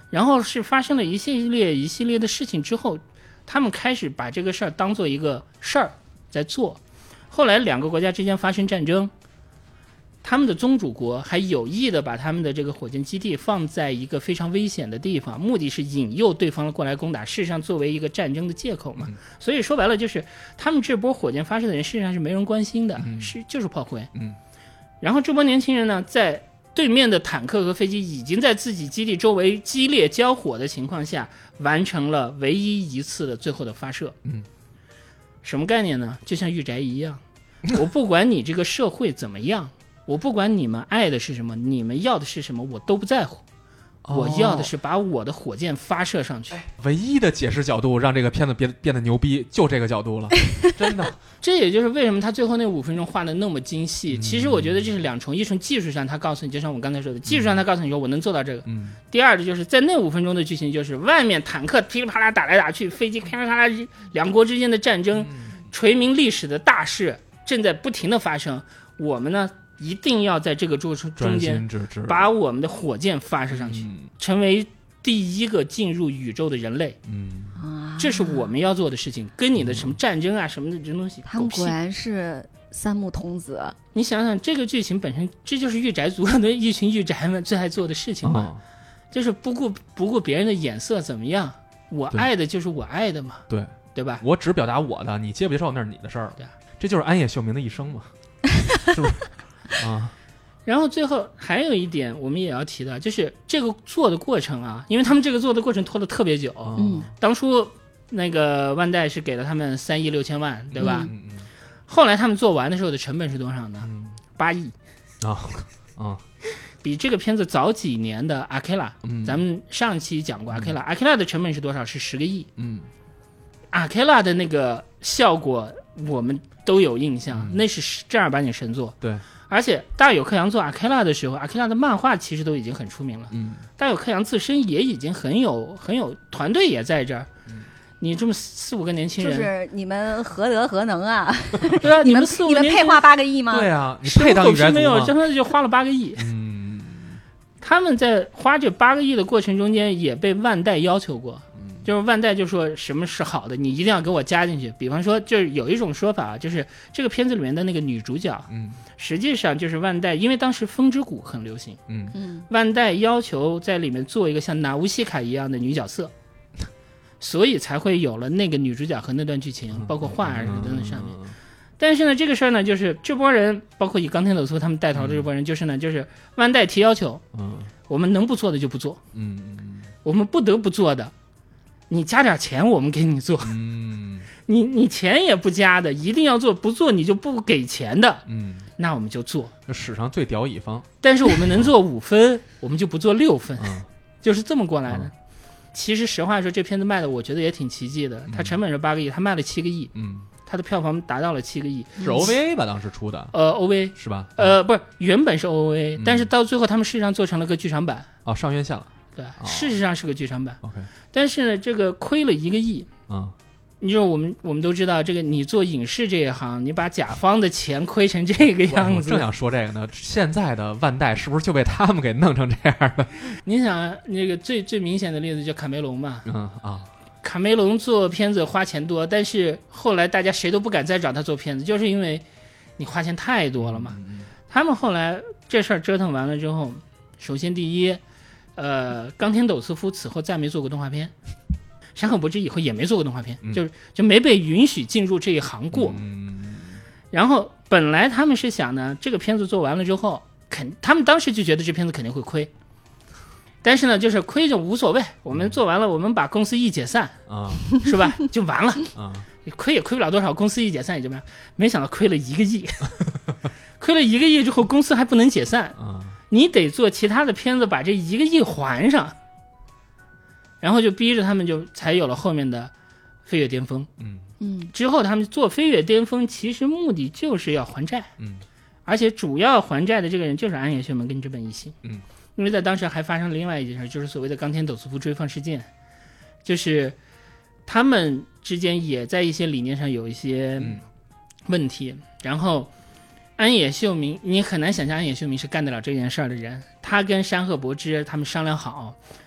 然后是发生了一系列一系列的事情之后，他们开始把这个事儿当做一个事儿在做。后来两个国家之间发生战争，他们的宗主国还有意的把他们的这个火箭基地放在一个非常危险的地方，目的是引诱对方过来攻打，事实上作为一个战争的借口嘛。嗯、所以说白了就是他们这波火箭发射的人事实上是没人关心的，嗯、是就是炮灰。 嗯， 然后这波年轻人呢，在对面的坦克和飞机已经在自己基地周围激烈交火的情况下，完成了唯一一次的最后的发射。 嗯， 什么概念呢？就像御宅一样，我不管你这个社会怎么样，我不管你们爱的是什么，你们要的是什么，我都不在乎。我要的是把我的火箭发射上去。 哦、唯一的解释角度让这个片子变变得牛逼，就这个角度了，真的。 这也就是为什么他最后那五分钟画的那么精细。嗯、其实我觉得这是两重：一从技术上，他告诉你，就像我刚才说的，技术上他告诉你说我能做到这个。嗯。第二的就是在那五分钟的剧情，就是外面坦克噼里啪啦打来打去，飞机啪啦啪啦，两国之间的战争，嗯、垂名历史的大事正在不停的发生。我们呢？一定要在这个过程中间把我们的火箭发射上去，嗯、成为第一个进入宇宙的人类。嗯，这是我们要做的事情，跟你的什么战争啊、嗯、什么的这东西。 他们果然是三木童子。 你想想，这个剧情本身，这就是御宅族的一群御宅们最爱做的事情嘛，哦、就是不顾不顾别人的眼色怎么样，我爱的就是我爱的嘛， 对对吧？ 我只表达我的，你接不接受那是你的事儿。对，这就是安野秀明的一生嘛，是不是？啊， 然后最后还有一点我们也要提到，就是这个做的过程啊，因为他们这个做的过程拖了特别久。嗯，当初那个万代是给了他们三亿六千万，对吧？嗯嗯。后来他们做完的时候的成本是多少呢？八亿。啊啊，比这个片子早几年的阿基拉，咱们上期讲过阿基拉，阿基拉的成本是多少？是十个亿。嗯，阿基拉的那个效果我们都有印象，嗯、那是正儿八经神作。 对。 而且大友克洋做阿基拉的时候，阿基拉的漫画其实都已经很出名了。嗯，大友克洋自身也已经很有很有团队也在这儿。嗯，你这么四五个年轻人， 就是你们何德何能啊？ 对啊， 你们四五你们配花八个亿吗？ 对啊，你配当御宅族吗？ 没有，真的就花了八个亿。 嗯， 他们在花这八个亿的过程中间也被万代要求过。就是万代就说什么是好的，你一定要给我加进去。比方说，就是有一种说法，就是这个片子里面的那个女主角，嗯，实际上就是万代，因为当时风之谷很流行，嗯嗯，万代要求在里面做一个像娜乌西卡一样的女角色，所以才会有了那个女主角和那段剧情，包括画啊等等上面。但是呢，这个事儿呢，就是这波人，包括以冈田斗司他们带头的这波人，就是呢，就是万代提要求，嗯，我们能不做的就不做，嗯嗯，我们不得不做的。你加点钱我们给你做，嗯，你你钱也不加的，一定要做，不做你就不给钱的，嗯，那我们就做。 史上最屌乙方， 但是我们能做五分，我们就不做六分，嗯、就是这么过来的。嗯、其实实话说，这片子卖的我觉得也挺奇迹的，它成本是八个亿，它卖了七个亿，嗯，它的票房达到了七个亿， 是 O V A 吧？当时出的， 呃 ，O V A 是吧？ 呃，不是，原本是 O V A，、嗯、但是到最后他们事实上做成了个剧场版， 哦，上院线了。 对，事实上是个剧场版。 OK， 但是呢，这个亏了一个亿。 嗯， 你说我们我们都知道，这个你做影视这一行，你把甲方的钱亏成这个样子。 我正想说这个呢，现在的万代是不是就被他们给弄成这样的？ 你想，那个最最明显的例子就卡梅隆嘛。 嗯啊， 卡梅隆做片子花钱多，但是后来大家谁都不敢再找他做片子，就是因为你花钱太多了嘛。嗯、他们后来这事儿折腾完了之后，首先第一。呃，冈田斗司夫此后再没做过动画片，山河博之以后也没做过动画片，嗯、就是就没被允许进入这一行过。嗯、然后本来他们是想呢，这个片子做完了之后，肯他们当时就觉得这片子肯定会亏，但是呢，就是亏就无所谓，我们做完了，我们把公司一解散啊，是吧？就完了啊，亏也亏不了多少，公司一解散也就完了。没想到亏了一个亿，亏了一个亿之后，公司还不能解散啊。你得做其他的片子把这一个亿还上，然后就逼着他们就才有了后面的飞跃巅峰。嗯嗯，之后他们做飞跃巅峰，其实目的就是要还债。嗯，而且主要还债的这个人就是安野秀明跟织本一幸。嗯，因为在当时还发生了另外一件事，就是所谓的冈田斗司夫追放事件，就是他们之间也在一些理念上有一些问题，嗯、然后。安野秀明，你很难想象安野秀明是干得了这件事儿的人。他跟山贺博之他们商量好，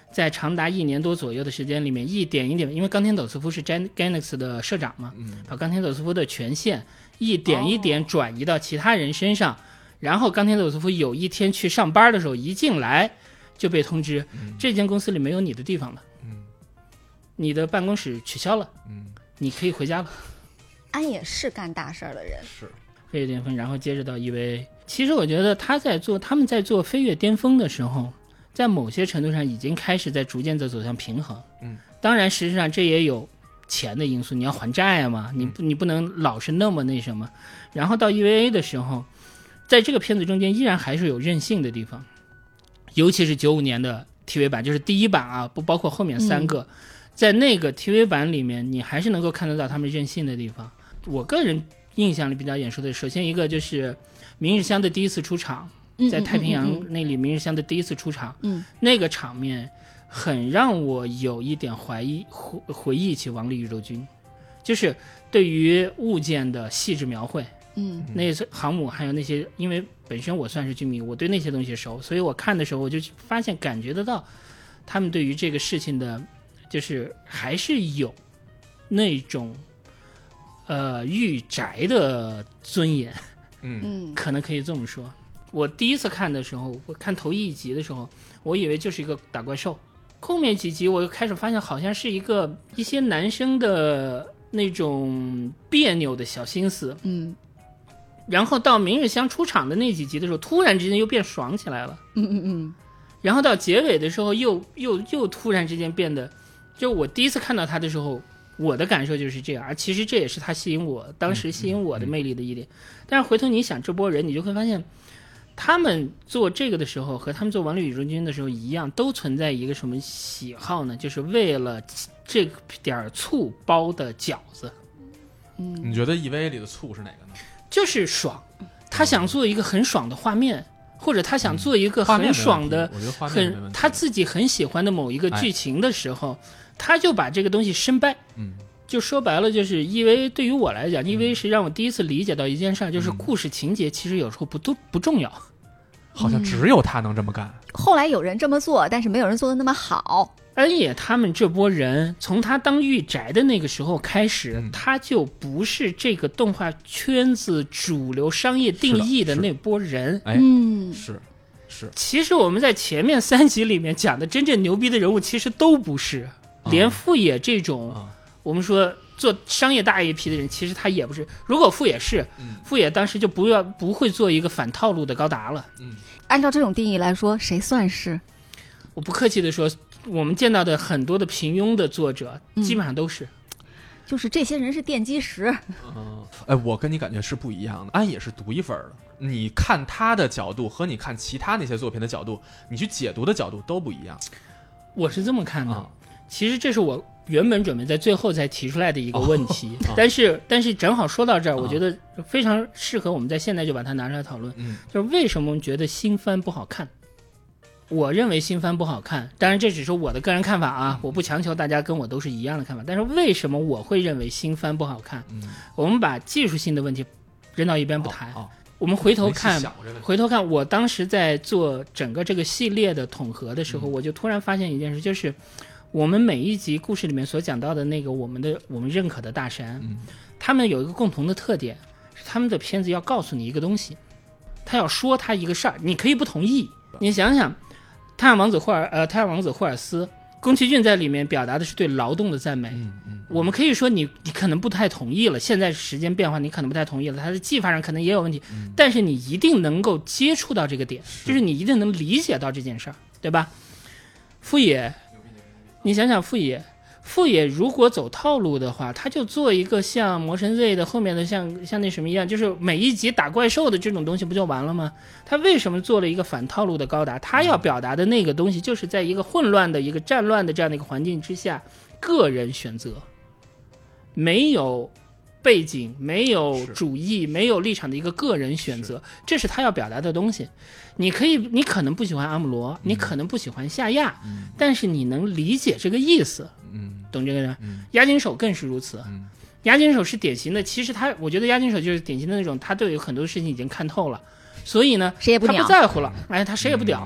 在长达一年多左右的时间里面，一点一点，因为冈田斗司夫是 Gainax 的社长嘛， 嗯， 把冈田斗司夫的权限一点一点转移到其他人身上，哦、然后冈田斗司夫有一天去上班的时候，一进来就被通知，嗯、这间公司里没有你的地方了，嗯，你的办公室取消了，嗯，你可以回家了。 安也是干大事儿的人， 是飞跃巅峰，然后接着到 E V A。其实我觉得他在做，他们在做飞跃巅峰的时候，在某些程度上已经开始在逐渐的走向平衡。嗯，当然，实际上这也有钱的因素，你要还债嘛，你你不能老是那么那什么。然后到 E V A 的时候，在这个片子中间依然还是有任性的地方，尤其是九五年的 T V 版，就是第一版啊，不包括后面三个，嗯、在那个 T V 版里面，你还是能够看得到他们任性的地方。我个人印象里比较眼熟的，首先一个就是明日香的第一次出场，在太平洋那里，明日香的第一次出场，嗯，那个场面很让我有一点怀疑回回忆起王力宇宙军，就是对于物件的细致描绘，嗯，那些航母还有那些，因为本身我算是军迷，我对那些东西熟，所以我看的时候我就发现感觉得到他们对于这个事情的，就是还是有那种呃御宅的尊严，嗯，可能可以这么说。我第一次看的时候，我看头一集的时候，我以为就是一个打怪兽，后面几集我又开始发现好像是一个一些男生的那种别扭的小心思，嗯，然后到明日香出场的那几集的时候，突然之间又变爽起来了，嗯嗯嗯，然后到结尾的时候又又又突然之间变得，就我第一次看到他的时候，我的感受就是这样，而其实这也是他吸引我当时吸引我的魅力的一点。但是回头你想这波人，你就会发现他们做这个的时候和他们做王力宇宙军的时候一样，都存在一个什么喜好呢？就是为了这点醋包的饺子。 嗯，你觉得 E V A 里的醋是哪个呢？ 就是爽，他想做一个很爽的画面，或者他想做一个很爽的、 嗯、 很他自己很喜欢的某一个剧情的时候，哎、他就把这个东西深掰。嗯。就说白了，就是 E V A 对于我来讲，嗯、E V A 是让我第一次理解到一件事，就是故事情节其实有时候不都不重要， 好像只有他能这么干。 嗯、后来有人这么做，但是没有人做的那么好。 而且他们这波人从他当御宅的那个时候开始，嗯、他就不是这个动画圈子主流商业定义的那波人。 哎，嗯，是是。 其实我们在前面三集里面讲的真正牛逼的人物，其实都不是，嗯、连富野这种。嗯我们说做商业大 I P 的人，其实他也不是。如果富野是，嗯、富野当时就不要不会做一个反套路的高达了。嗯， 按照这种定义来说，谁算是？ 我不客气的说，我们见到的很多的平庸的作者，嗯、基本上都是， 就是这些人是奠基石。 嗯，哎，我跟你感觉是不一样的。安也是独一份的，你看他的角度和你看其他那些作品的角度，你去解读的角度都不一样。 我是这么看的，嗯、其实这是我原本准备在最后才提出来的一个问题，哦、但是但是正好说到这儿，哦、我觉得非常适合我们在现在就把它拿出来讨论。嗯，就是为什么我们觉得新番不好看？我认为新番不好看，当然这只是我的个人看法啊，嗯、我不强求大家跟我都是一样的看法。但是为什么我会认为新番不好看？嗯，我们把技术性的问题扔到一边不谈。哦哦我们回头看，回头看，我当时在做整个这个系列的统合的时候，嗯、我就突然发现一件事，就是我们每一集故事里面所讲到的那个我们的我们认可的大神，嗯、他们有一个共同的特点，是他们的片子要告诉你一个东西，他要说他一个事儿，你可以不同意。你想想，太阳王子霍尔呃，太阳王子霍尔斯，宫崎骏在里面表达的是对劳动的赞美。嗯嗯，我们可以说你你可能不太同意了，现在时间变化你可能不太同意了，它的技法上可能也有问题，嗯、但是你一定能够接触到这个点，是就是你一定能理解到这件事儿，对吧？富野，你想想富野，富野如果走套路的话，他就做一个像魔神 Z 的后面的像像那什么一样，就是每一集打怪兽的这种东西不就完了吗？他为什么做了一个反套路的高达？他要表达的那个东西就是在一个混乱的一个战乱的这样的一个环境之下，个人选择，没有背景，没有主义，没有立场的一个个人选择，这是他要表达的东西。你可以，你可能不喜欢阿姆罗，嗯、你可能不喜欢夏亚，嗯、但是你能理解这个意思，嗯、懂这个人？嗯、押井守更是如此。嗯、押井守是典型的，其实他，我觉得押井守就是典型的那种，他对有很多事情已经看透了，所以呢， 谁也不他不在乎了，哎，他谁也不屌。嗯嗯、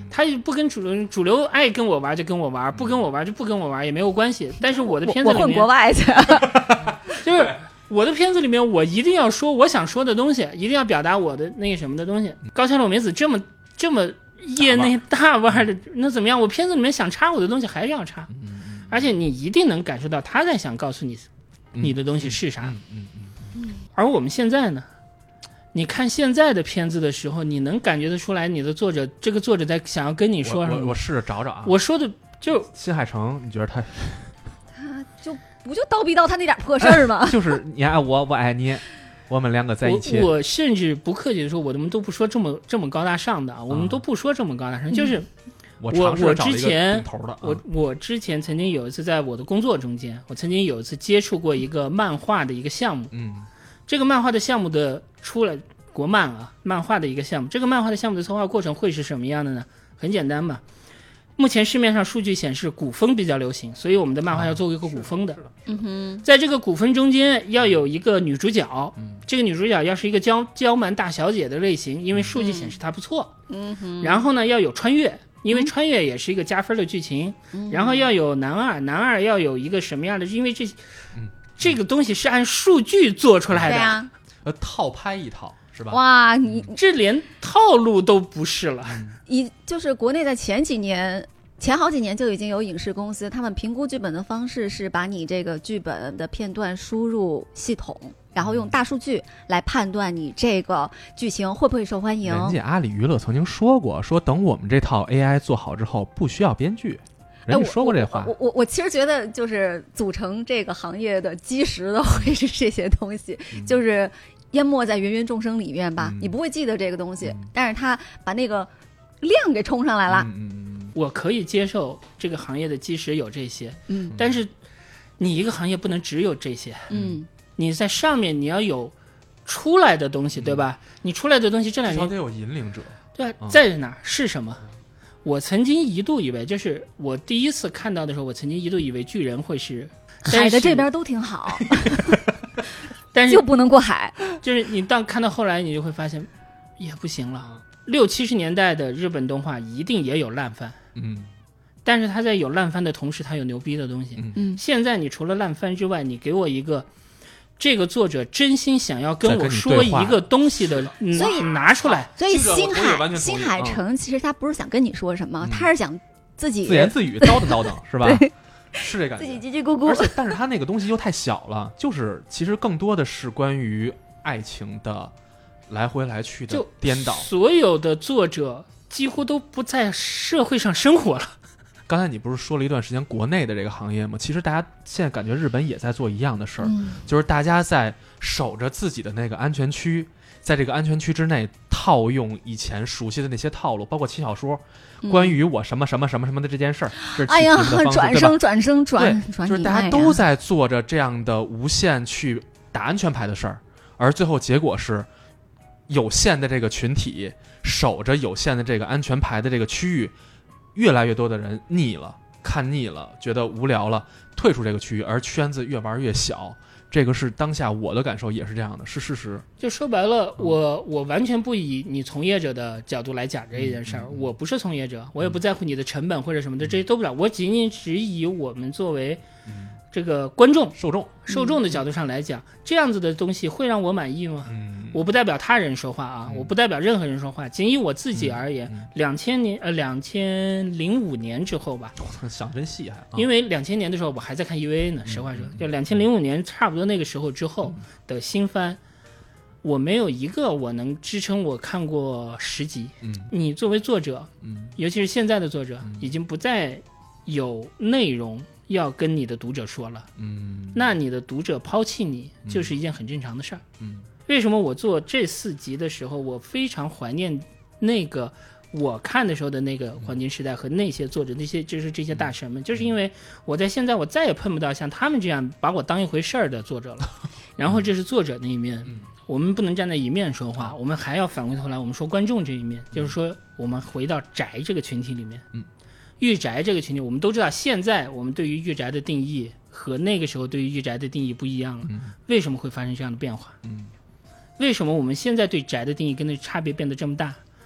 他不跟主流主流爱跟我玩就跟我玩，不跟我玩就不跟我玩也没有关系。但是我的片子里面， 我混国外去， 就是我的片子里面，我一定要说我想说的东西，一定要表达我的那个什么的东西。高桥留美子这么这么业内大腕的，那怎么样？我片子里面想插我的东西还是要插，而且你一定能感受到他在想告诉你你的东西是啥。而我们现在呢？你看现在的片子的时候，你能感觉得出来，你的作者这个作者在想要跟你说什么？ 我 我, 我试着找找啊。 我说的就新海诚，你觉得他他就不就叨逼叨他那点破事儿吗？ 就是你爱我，我爱你，我们两个在一起。 我, 我甚至不客气的说，我们都不说这么这么高大上的，我们都不说这么高大上，嗯、就是我我我之前头的、啊、 我我之前曾经有一次在我的工作中间，我曾经有一次接触过一个漫画的一个项目， 嗯， 这个漫画的项目的出来。国漫啊，漫画的一个项目，这个漫画的项目的策划过程会是什么样的呢？很简单嘛。目前市面上数据显示古风比较流行，所以我们的漫画要做一个古风的。 嗯哼， 在这个古风中间要有一个女主角， 嗯、 这个女主角要是一个娇娇蛮大小姐的类型，因为数据显示她不错。 嗯哼， 然后呢要有穿越，因为穿越也是一个加分的剧情。嗯、然后要有男二，男二要有一个什么样的？因为这，嗯、这个东西是按数据做出来的。 对啊， 呃，套拍一套。是吧？ 哇，你这连套路都不是了。 一就是国内在前几年、前好几年就已经有影视公司，他们评估剧本的方式是把你这个剧本的片段输入系统，然后用大数据来判断你这个剧情会不会受欢迎。 人家阿里娱乐曾经说过，说等我们这套 A I 做好之后，不需要编剧。人家说过这话。 我我 我, 我其实觉得，就是组成这个行业的基石的会是这些东西，嗯、就是。淹没在芸芸众生里面吧、嗯，你不会记得这个东西，嗯、但是他把那个量给冲上来了。 嗯、 我可以接受这个行业的基石有这些， 嗯， 但是你一个行业不能只有这些， 嗯， 你在上面你要有出来的东西，嗯、对吧？你出来的东西这两年得有引领者， 对、嗯，在哪是什么？我曾经一度以为，就是我第一次看到的时候，我曾经一度以为巨人会是海的这边都挺好。 但是就不能过海， 就是你当看到后来，你就会发现也不行了。六七十年代的日本动画一定也有烂番， 嗯， 但是它在有烂番的同时，它有牛逼的东西。 嗯， 现在你除了烂番之外，你给我一个这个作者真心想要跟我说一个东西的， 所以拿出来。 所以新海新海诚其实他不是想跟你说什么， 嗯、 他是想自己自言自语叨叨叨叨，是吧？是这感觉， 自己叽叽咕咕， 而且但是他那个东西又太小了，就是其实更多的是关于爱情的来回来去的颠倒。 所有的作者几乎都不在社会上生活了。 刚才你不是说了一段时间国内的这个行业吗？其实大家现在感觉日本也在做一样的事儿、 嗯， 就是大家在守着自己的那个安全区，在这个安全区之内套用以前熟悉的那些套路，包括轻小说。关于我什么什么什么什么的这件事儿、嗯， 哎呀，转生转生转转， 就是大家都在做着这样的无限去打安全牌的事儿，而最后结果是有限的这个群体守着有限的这个安全牌的这个区域，越来越多的人腻了，看腻了，觉得无聊了，退出这个区域，而圈子越玩越小。这个是当下我的感受，也是这样的，是事实。 就说白了，嗯、我我完全不以你从业者的角度来讲这一件事儿、嗯嗯，我不是从业者，我也不在乎你的成本或者什么的，这些都不了。我仅仅只以我们作为这个观众、 受众、 受众的角度上来讲，这样子的东西会让我满意吗？ 嗯。 我不代表他人说话啊、嗯，我不代表任何人说话，仅以我自己而言，两千、嗯嗯、年呃两千零五年之后吧， 想真细还、啊， 因为两千年的时候我还在看 E V A 呢，嗯、实话说，就两千零五年差不多那个时候之后的新番，嗯、我没有一个我能支撑我看过十集。 嗯， 你作为作者， 嗯， 尤其是现在的作者， 嗯、 已经不再有内容要跟你的读者说了， 嗯， 那你的读者抛弃你就是一件很正常的事儿， 嗯。 为什么我做这四集的时候，我非常怀念那个我看的时候的那个黄金时代和那些作者，那些就是这些大神们，就是因为我在现在我再也碰不到像他们这样把我当一回事儿的作者了。然后这是作者那一面，我们不能站在一面说话，我们还要反过头来，我们说观众这一面，就是说我们回到宅这个群体里面。 嗯，御宅这个群体，我们都知道，现在我们对于御宅的定义和那个时候对于御宅的定义不一样了。 嗯， 为什么会发生这样的变化？ 嗯。 为什么我们现在对宅的定义跟那差别变得这么大？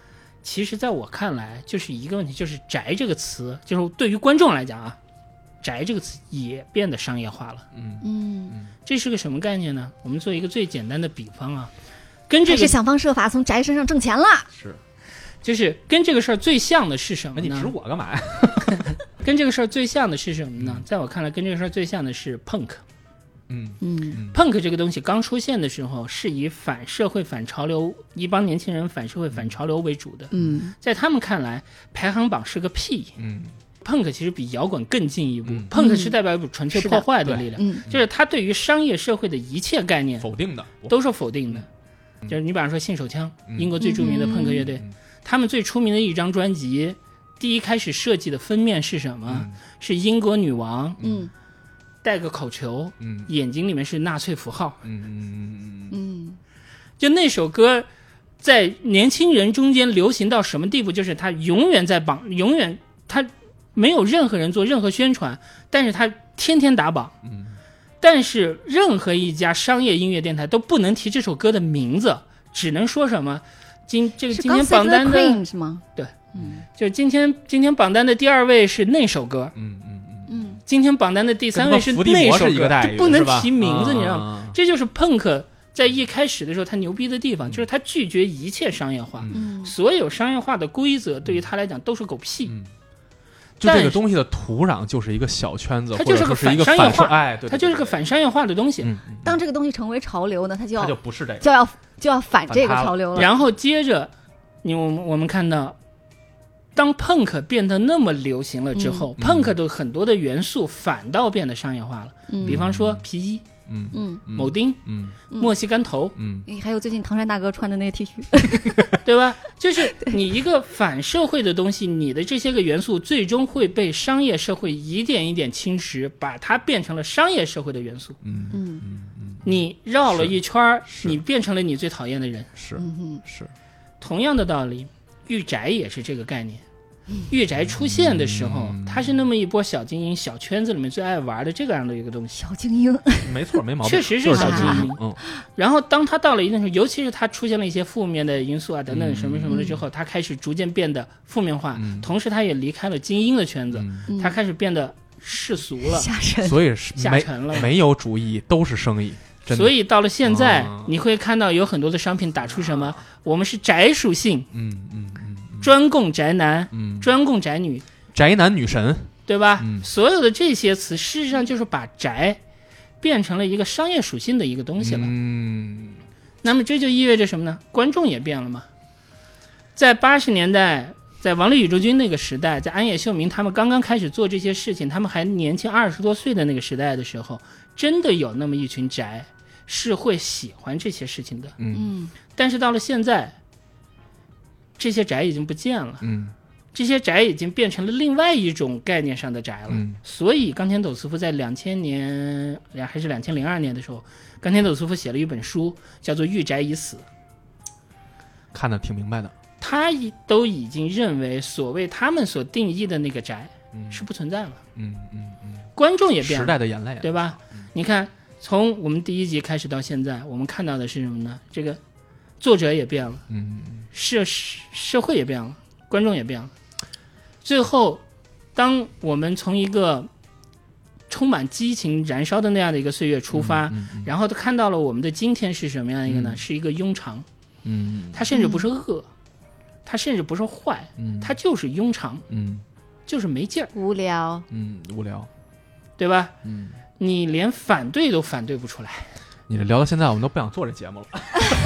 其实在我看来就是一个问题，就是宅这个词，就是对于观众来讲啊，宅这个词也变得商业化了。 嗯嗯， 这是个什么概念呢？我们做一个最简单的比方啊，跟这个开始想方设法从宅身上挣钱了。 是， 就是跟这个事儿最像的是什么那呢？ 你指我干嘛呀？ 跟这个事儿最像的是什么呢？在我看来，跟这个事儿最像的是 punk。 嗯嗯 punk 这个东西刚出现的时候，是以反社会、反潮流，一帮年轻人反社会、反潮流为主的。 嗯， 在他们看来，排行榜是个屁。 嗯 punk 其实比摇滚更进一步、 嗯 ，punk 是代表一股纯粹是的破坏的力量， 嗯就是他对于商业社会的一切概念否定的都是否定的。 嗯就是你比方说信手枪， 嗯英国最著名的 punk 乐队， 嗯他们最出名的一张专辑，第一开始设计的封面是什么？ 嗯是英国女王嗯带个口球， 嗯眼睛里面是纳粹符号。 嗯嗯嗯嗯就那首歌在年轻人中间流行到什么地步？就是他永远在榜，永远他没有任何人做任何宣传，但是他天天打榜。 嗯但是任何一家商业音乐电台都不能提这首歌的名字，只能说什么今这个是今天 Gossip 榜单 the 的 Queen 是吗？ 对， 嗯就今天今天榜单的第二位是那首歌， 嗯嗯嗯， 嗯今天榜单的第三位是跟他妈伏地那首歌， 魔是一个待遇就不能是吧提名字， 啊你知道吗？这就是 punk 在一开始的时候他牛逼的地方，就是他拒绝一切商业化， 嗯嗯所有商业化的规则对于他来讲都是狗屁。 嗯就这个东西的土壤就是一个小圈子， 它就是个或者说是一个反商业化反社哎，对，对它就是个，反商业化的东西。 嗯，嗯当这个东西成为潮流呢，它就它要就不是这个， 就要就要反这个反它了潮流了。 然后接着，你我们我们看到，当 punk 变得那么流行了之后、 嗯 p u n k 的很多的元素反倒变得商业化了。 嗯比方说皮衣、 嗯嗯， 嗯铆钉、 嗯墨西干头， 嗯还有最近唐山大哥穿的那个 T 恤， 对吧？就是你一个反社会的东西，你的这些个元素最终会被商业社会一点一点侵蚀，把它变成了商业社会的元素。 嗯嗯嗯嗯， 你绕了一圈儿， 是你变成了你最讨厌的人。 是嗯哼， 是， 同样的道理，御宅也是这个概念。御宅出现的时候， 嗯它是那么一波小精英、小圈子里面最爱玩的这个样的一个东西。 小精英， 没错，没毛病， 确实是就是小精英英，嗯然后当它到了一定程度，尤其是它出现了一些负面的因素啊等等嗯什么什么的之后，它开始逐渐变得负面化， 嗯同时它也离开了精英的圈子， 嗯， 嗯它开始变得世俗了、 下沉， 所以是没下沉了。 没有主义都是生意，真的所以到了现在， 啊你会看到有很多的商品打出什么，我们是宅属性， 嗯嗯嗯嗯专供宅男、 嗯， 专供宅女， 宅男女神， 对吧？ 嗯所有的这些词，事实上就是把宅变成了一个商业属性的一个东西了。 嗯那么这就意味着什么呢？观众也变了嘛。在八十年代，在王力宇宙军那个时代，在安野秀明他们刚刚开始做这些事情，他们还年轻二十多岁的那个时代的时候，真的有那么一群宅是会喜欢这些事情的。 嗯嗯但是到了现在，这些宅已经不见了。 嗯这些宅已经变成了另外一种概念上的宅了。 嗯所以冈田斗司夫在两千年两还是两千零二年的时候，冈田斗司夫写了一本书，叫做《御宅已死》。 看得挺明白的， 他已都已经认为，所谓他们所定义的那个宅嗯是不存在了， 嗯嗯嗯， 观众也变时了， 代的眼泪， 对吧？你看，从我们第一集开始到现在，我们看到的是什么呢？这个作者也变了， 嗯社社会也变了，观众也变了。最后，当我们从一个充满激情燃烧的那样的一个岁月出发， 嗯嗯然后看到了我们的今天是什么样一个呢？ 嗯是一个庸常， 嗯它甚至不是恶，它甚至不是坏， 嗯， 它就是庸常， 嗯就是没劲儿， 无聊， 嗯无聊， 对吧？ 嗯， 你连反对都反对不出来。 你这聊到现在，我们都不想做这节目了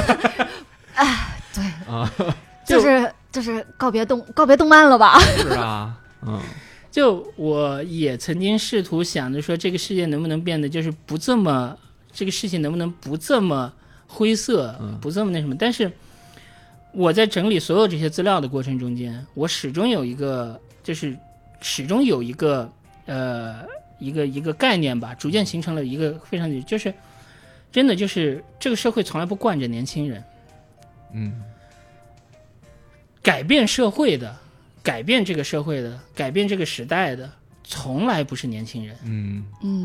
对， 啊， 就是就是告别动告别动漫了吧？ 是啊，嗯就我也曾经试图想着说，这个世界能不能变得就是不这么，这个事情能不能不这么灰色， 嗯不这么那什么。但是我在整理所有这些资料的过程中间，我始终有一个，就是始终有一个呃一个一个概念吧，逐渐形成了一个非常就是真的就是这个社会从来不惯着年轻人， 嗯改变社会的。改变这个社会的，改变这个时代的，从来不是年轻人。 嗯嗯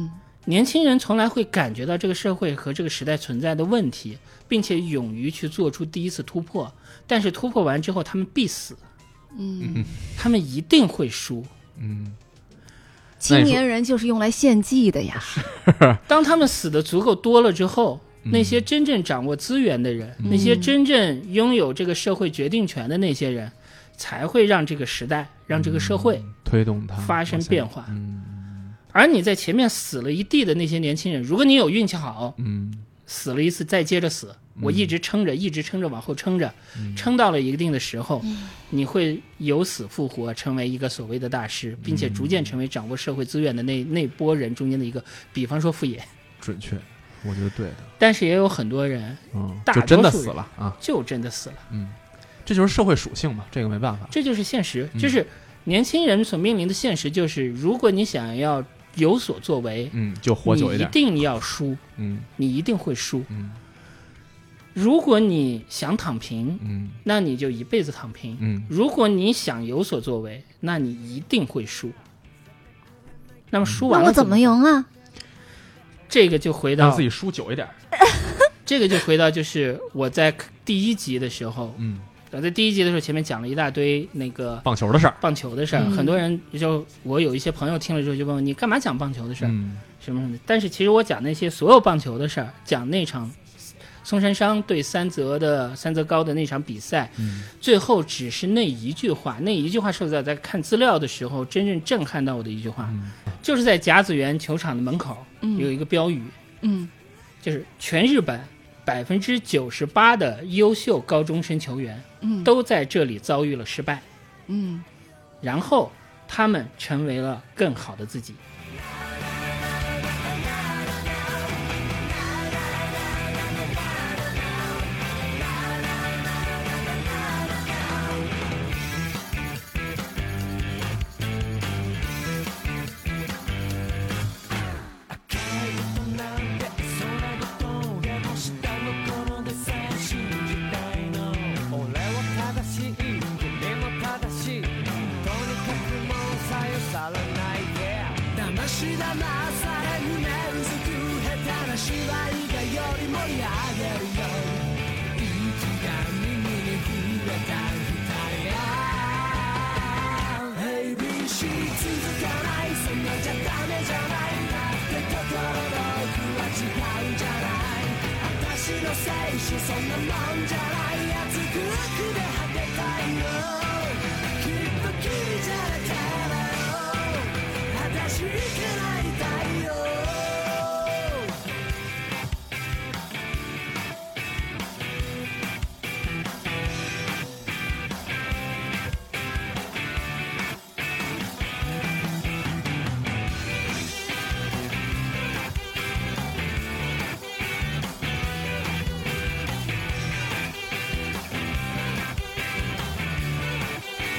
年轻人从来会感觉到这个社会和这个时代存在的问题，并且勇于去做出第一次突破，但是突破完之后他们必死， 嗯， 他们一定会输。 嗯， 青年人就是用来献祭的呀。 当他们死的足够多了之后， 嗯那些真正掌握资源的人、嗯、那些真正拥有这个社会决定权的那些人，才会让这个时代让这个社会、 嗯、推动它发生变化。 嗯， 而你在前面死了一地的那些年轻人，如果你有运气好， 嗯， 死了一次再接着死，我一直撑着一直撑着往后撑着、嗯、撑到了一定的时候、嗯、你会有死复活，成为一个所谓的大师，并且逐渐成为掌握社会资源的那那波人中间的一个，比方说傅野。 准确，我觉得对的。 但是也有很多人、 嗯、 大就真的死了啊， 就真的死了。 嗯，这就是社会属性嘛，这个没办法， 这就是现实、 嗯、 就是年轻人所面临的现实就是，如果你想要有所作为， 嗯，就活久一点， 你一定要输， 嗯， 你一定会输， 嗯。 如果你想躺平， 嗯， 那你就一辈子躺平， 嗯。 如果你想有所作为，那你一定会输。那么输完了， 那我怎么赢啊？ 这个就回到让自己输久一点。 这个就回到就是我在第一集的时候， 嗯。 我在第一集的时候前面讲了一大堆那个棒球的事儿， 棒球的事儿、嗯，很多人就我有一些朋友听了之后就问我，你干嘛讲棒球的事儿、嗯，什么什么的。但是其实我讲那些所有棒球的事儿，讲那场松山商对三泽的三泽高的那场比赛、嗯，最后只是那一句话，那一句话是我在看资料的时候真正震撼到我的一句话，嗯、就是在甲子园球场的门口、嗯、有一个标语， 嗯， 就是全日本百分之九十八的优秀高中生球员。 嗯， 都在这里遭遇了失败， 嗯， 然后他们成为了更好的自己。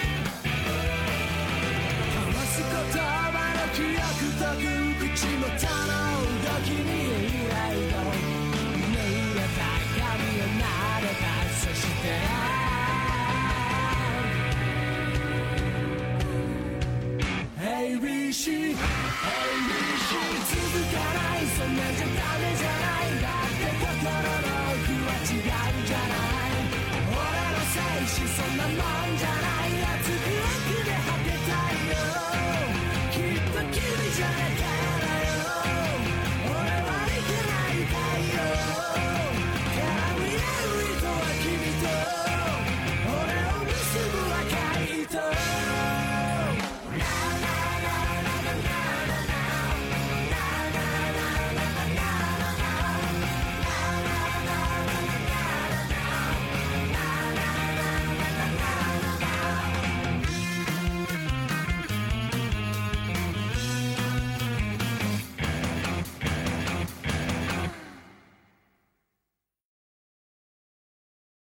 口の記憶と口も